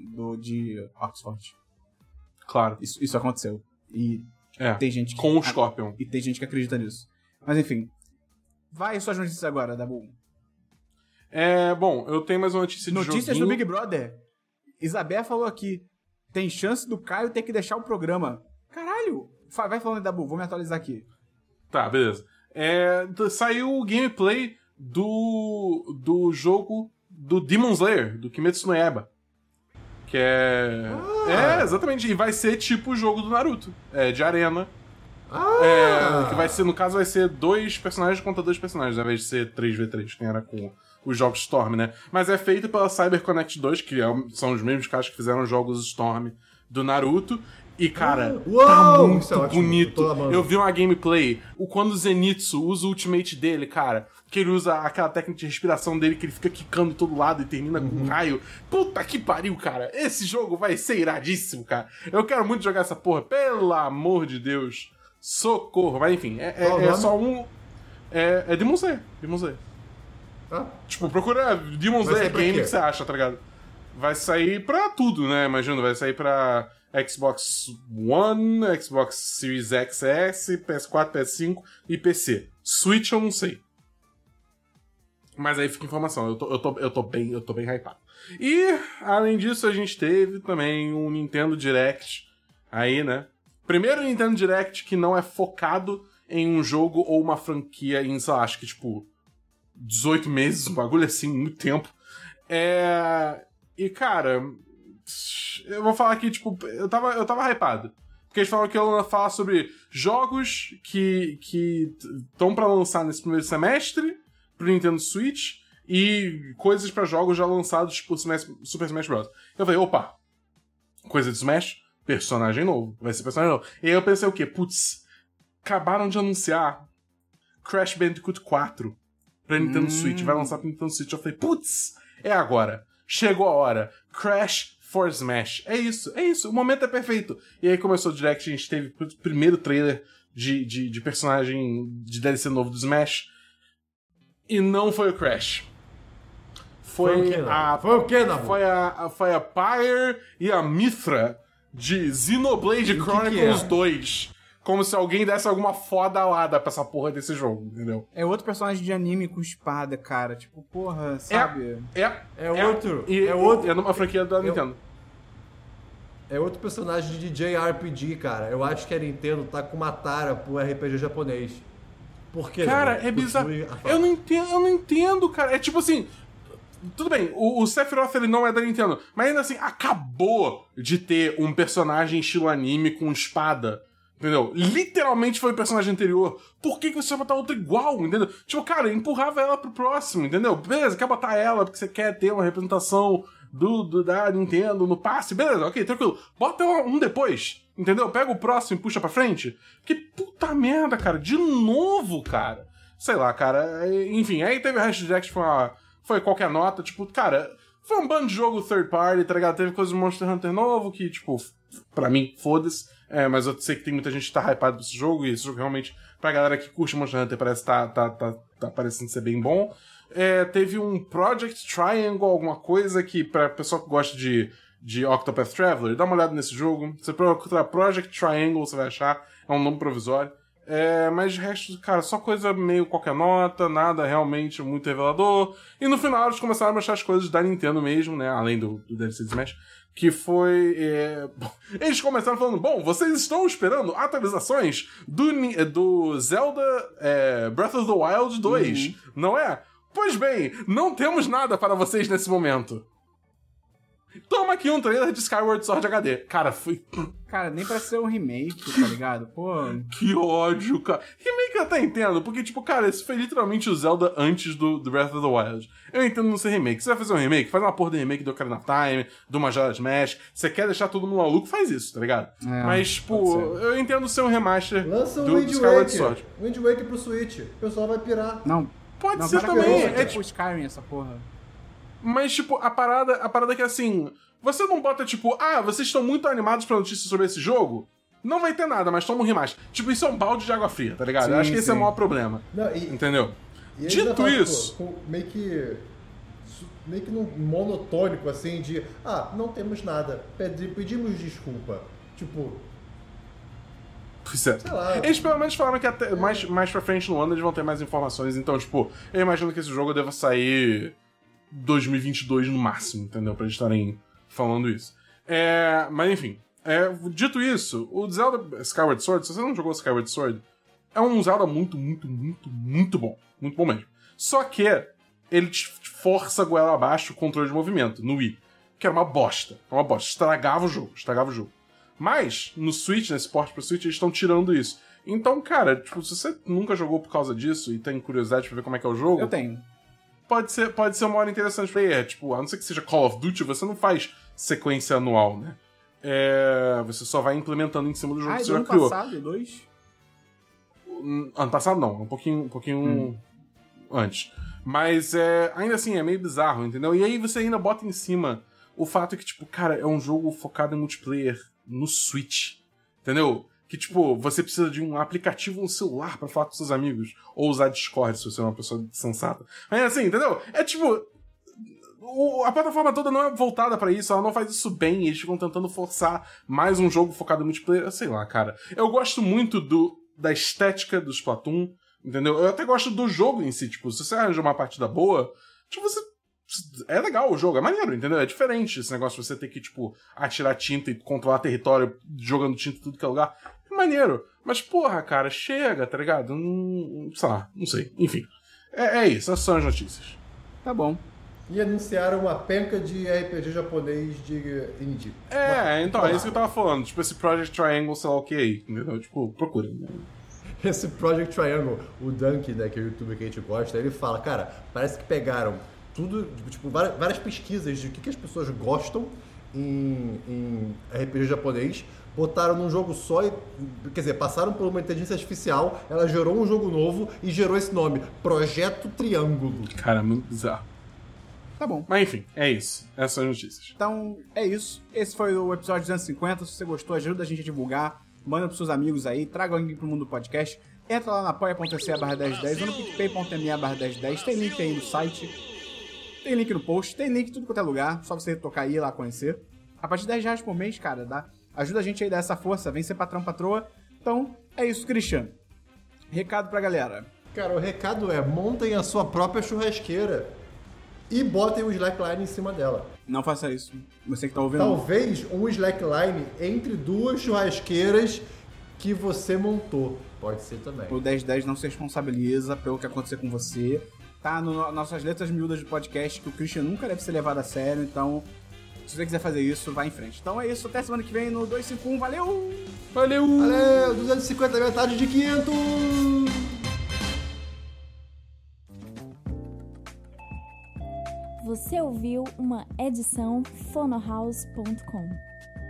S1: de Oxford.
S3: Claro.
S1: Isso aconteceu. E tem gente que...
S3: com o Scorpion.
S1: E tem gente que acredita nisso. Mas enfim. Vai suas notícias agora, Dabu.
S3: Bom, eu tenho mais uma notícia de
S1: Notícias
S3: joguinho.
S1: do Big Brother. Isabel falou aqui. Tem chance do Caio ter que deixar o programa. Caralho. Vai falando, Dabu. Vou me atualizar aqui.
S3: Tá, beleza. Saiu o gameplay do jogo do Demon Slayer, do Kimetsu no Yaiba. Que exatamente. E vai ser tipo o jogo do Naruto. De arena. Que vai ser, no caso, vai ser 2 personagens contra 2 personagens, ao invés de ser 3v3, que era com os jogos Storm, né? Mas é feito pela CyberConnect 2, que são os mesmos caras que fizeram os jogos Storm do Naruto. E, cara, tá muito
S2: isso é ótimo,
S3: bonito.
S2: eu tô amando.
S3: Eu vi uma gameplay, quando o Zenitsu usa o ultimate dele, cara, que ele usa aquela técnica de respiração dele, que ele fica quicando de todo lado e termina com um raio. Puta que pariu, cara. Esse jogo vai ser iradíssimo, cara. Eu quero muito jogar essa porra, pelo amor de Deus. Socorro. Mas, enfim, só um... É Demon Slayer. Demon Slayer. Tipo, procura Demon Slayer
S2: pra
S3: Game,
S2: quê?
S3: que você acha, tá ligado? Vai sair pra tudo, né? Imagina, vai sair pra Xbox One, Xbox Series XS, PS4, PS5 e PC. Switch eu não sei. Mas aí fica informação, eu tô bem hypado. E, além disso, a gente teve também um Nintendo Direct aí, né? Primeiro Nintendo Direct que não é focado em um jogo ou uma franquia em, sei lá, acho que tipo 18 meses, um bagulho assim, muito tempo. E, cara, eu vou falar aqui, tipo, eu tava hypado. Porque eles falaram que eu ia falar sobre jogos que estão pra lançar nesse primeiro semestre pro Nintendo Switch e coisas pra jogos já lançados por Super Smash Bros. Eu falei, opa, coisa de Smash, personagem novo, vai ser personagem novo. E aí eu pensei o quê? Putz, acabaram de anunciar Crash Bandicoot 4 pra Nintendo Switch, vai lançar pro Nintendo Switch. Eu falei, putz, é agora, chegou a hora, Crash for Smash. É isso, o momento é perfeito. E aí começou o Direct, a gente teve o primeiro trailer de personagem de DLC novo do Smash. E não foi o Crash. Foi
S2: o quê, Nabu?
S3: Foi a Pyre e a Mithra de Xenoblade Chronicles 2. como se alguém desse alguma fodalada pra essa porra desse jogo, entendeu?
S1: É outro personagem de anime com espada, cara. Tipo, porra, sabe?
S3: É numa franquia da Nintendo.
S2: É outro personagem de JRPG, cara. Eu acho que a Nintendo tá com uma tara pro RPG japonês. Por quê?
S3: Cara, é bizarro. Eu não entendo, cara. É tipo assim... Tudo bem, o Sephiroth ele não é da Nintendo, mas ainda assim, acabou de ter um personagem estilo anime com espada, entendeu? Literalmente foi o personagem anterior. Por que você vai botar outro igual, entendeu? Tipo, cara, empurrava ela pro próximo, entendeu? Beleza, quer botar ela porque você quer ter uma representação da Nintendo no passe, beleza, ok, tranquilo. Bota um depois, entendeu? Pega o próximo e puxa pra frente. Que puta merda, cara, de novo, cara. Sei lá, cara, enfim, aí teve o Hashtag foi qualquer nota, tipo, cara, foi um bando de jogo third party, tá ligado? Teve coisa do Monster Hunter novo que, tipo, pra mim, foda-se. Mas eu sei que tem muita gente que tá hypada pra esse jogo, e esse jogo realmente, pra galera que curte Monster Hunter, parece tá parecendo ser bem bom. Teve um Project Triangle, alguma coisa que, pra pessoa que gosta de Octopath Traveler, dá uma olhada nesse jogo. Você procurar Project Triangle, você vai achar, é um nome provisório. Mas de resto, cara, só coisa meio qualquer nota, nada realmente muito revelador. E no final eles começaram a mostrar as coisas da Nintendo mesmo, né? Além do DLC de Smash. Que foi... Eles começaram falando, bom, vocês estão esperando atualizações do Zelda Breath of the Wild 2, não é? Pois bem, não temos nada para vocês nesse momento. Toma aqui um trailer de Skyward Sword HD. Cara, foi...
S1: Cara, nem pra ser um remake, tá ligado? Pô...
S3: Que ódio, cara. Remake eu até entendo, porque, tipo, cara, esse foi literalmente o Zelda antes do Breath of the Wild. Eu entendo não ser remake. Você vai fazer um remake? Faz uma porra de remake do Ocarina of Time, do Majora's Mask. Você quer deixar todo mundo maluco? Faz isso, tá ligado? Mas, tipo, eu entendo ser um remaster do Skyward Sword.
S2: Wind Waker pro Switch. O pessoal vai pirar.
S1: Não.
S3: Pode ser também.
S1: É tipo Skyrim, essa porra.
S3: Mas, tipo, a parada é que, assim... Você não bota, tipo... Ah, vocês estão muito animados pra notícia sobre esse jogo? Não vai ter nada, mas toma um remaster. Tipo, isso é um balde de água fria, tá ligado? Eu acho que esse é o maior problema.
S2: Não,
S3: entendeu?
S2: E
S3: dito isso...
S2: Meio que num monotônico, assim, de... Ah, não temos nada. Pedimos desculpa. Tipo...
S3: Pois é. Eles pelo menos falaram que até mais pra frente no ano eles vão ter mais informações. Então, tipo, eu imagino que esse jogo deva sair... 2022 no máximo, entendeu? Pra eles estarem falando isso. Mas enfim, dito isso, o Zelda Skyward Sword, se você não jogou Skyward Sword, é um Zelda muito, muito, muito, muito bom. Muito bom mesmo. Só que ele te força a goela abaixo o controle de movimento no Wii, que era uma bosta. Estragava o jogo. Mas, no Switch, nesse port pro Switch, eles estão tirando isso. Então, cara, tipo, se você nunca jogou por causa disso e tem curiosidade pra ver como é que é o jogo...
S1: Eu tenho.
S3: Pode ser uma hora interessante pra ele. Tipo, a não ser que seja Call of Duty, você não faz sequência anual, né? Você só vai implementando em cima do jogo que você já criou.
S1: Ano passado, 2?
S3: Ano passado não, um pouquinho antes. Mas ainda assim, é meio bizarro, entendeu? E aí você ainda bota em cima o fato que, tipo, cara, é um jogo focado em multiplayer no Switch, entendeu? Que, tipo, você precisa de um aplicativo no celular pra falar com seus amigos. Ou usar Discord, se você é uma pessoa sensata. Mas assim, entendeu? É tipo... A plataforma toda não é voltada pra isso, ela não faz isso bem. Eles ficam tentando forçar mais um jogo focado em multiplayer. Sei lá, cara. Eu gosto muito da estética do Splatoon, entendeu? Eu até gosto do jogo em si. Tipo, se você arranja uma partida boa, tipo, você... É legal o jogo, é maneiro, entendeu? É diferente esse negócio de você ter que, tipo, atirar tinta e controlar território jogando tinta em tudo que é lugar. É maneiro. Mas, porra, cara, chega, tá ligado? Sei lá, não sei. Enfim. É isso, essas são as notícias.
S1: Tá bom.
S2: E anunciaram uma penca de RPG japonês de indie.
S3: Então, é isso que eu tava falando. Tipo, esse Project Triangle, sei lá o que aí, entendeu? Tipo, procurem. Né?
S2: Esse Project Triangle, o Dunk, né, que é o youtuber que a gente gosta, ele fala, cara, parece que pegaram tudo, tipo, várias pesquisas de o que as pessoas gostam em RPG japonês, botaram num jogo só e, quer dizer, passaram por uma inteligência artificial, ela gerou um jogo novo e gerou esse nome, Projeto Triângulo.
S3: Cara, muito bizarro.
S1: Tá bom.
S3: Mas enfim, é isso. Essas são as notícias.
S1: Então, é isso. Esse foi o episódio 250. Se você gostou, ajuda a gente a divulgar. Manda pros seus amigos aí. Traga alguém pro mundo do podcast. Entra lá na apoia.se/1010 ou no picpay.me/1010. Tem link aí no site. Tem link no post. Tem link em tudo quanto é lugar. Só você tocar aí e ir lá conhecer. A partir de R$10 por mês, cara, dá. Ajuda a gente aí a dar essa força. Vem ser patrão, patroa. Então, É isso, Christian. Recado pra galera.
S2: Cara, o recado é: montem a sua própria churrasqueira e botem o slackline em cima dela.
S1: Não faça isso. Você que tá ouvindo.
S2: Talvez um slackline entre duas churrasqueiras que você montou. Pode ser também.
S1: O 1010 não se responsabiliza pelo que acontecer com você. Tá nas nossas letras miúdas de podcast que o Christian nunca deve ser levado a sério, então se você quiser fazer isso, vai em frente. Então é isso, até semana que vem no 251. Valeu!
S3: Valeu!
S2: Valeu, 250 metade de 500!
S6: Você ouviu uma edição fonohouse.com.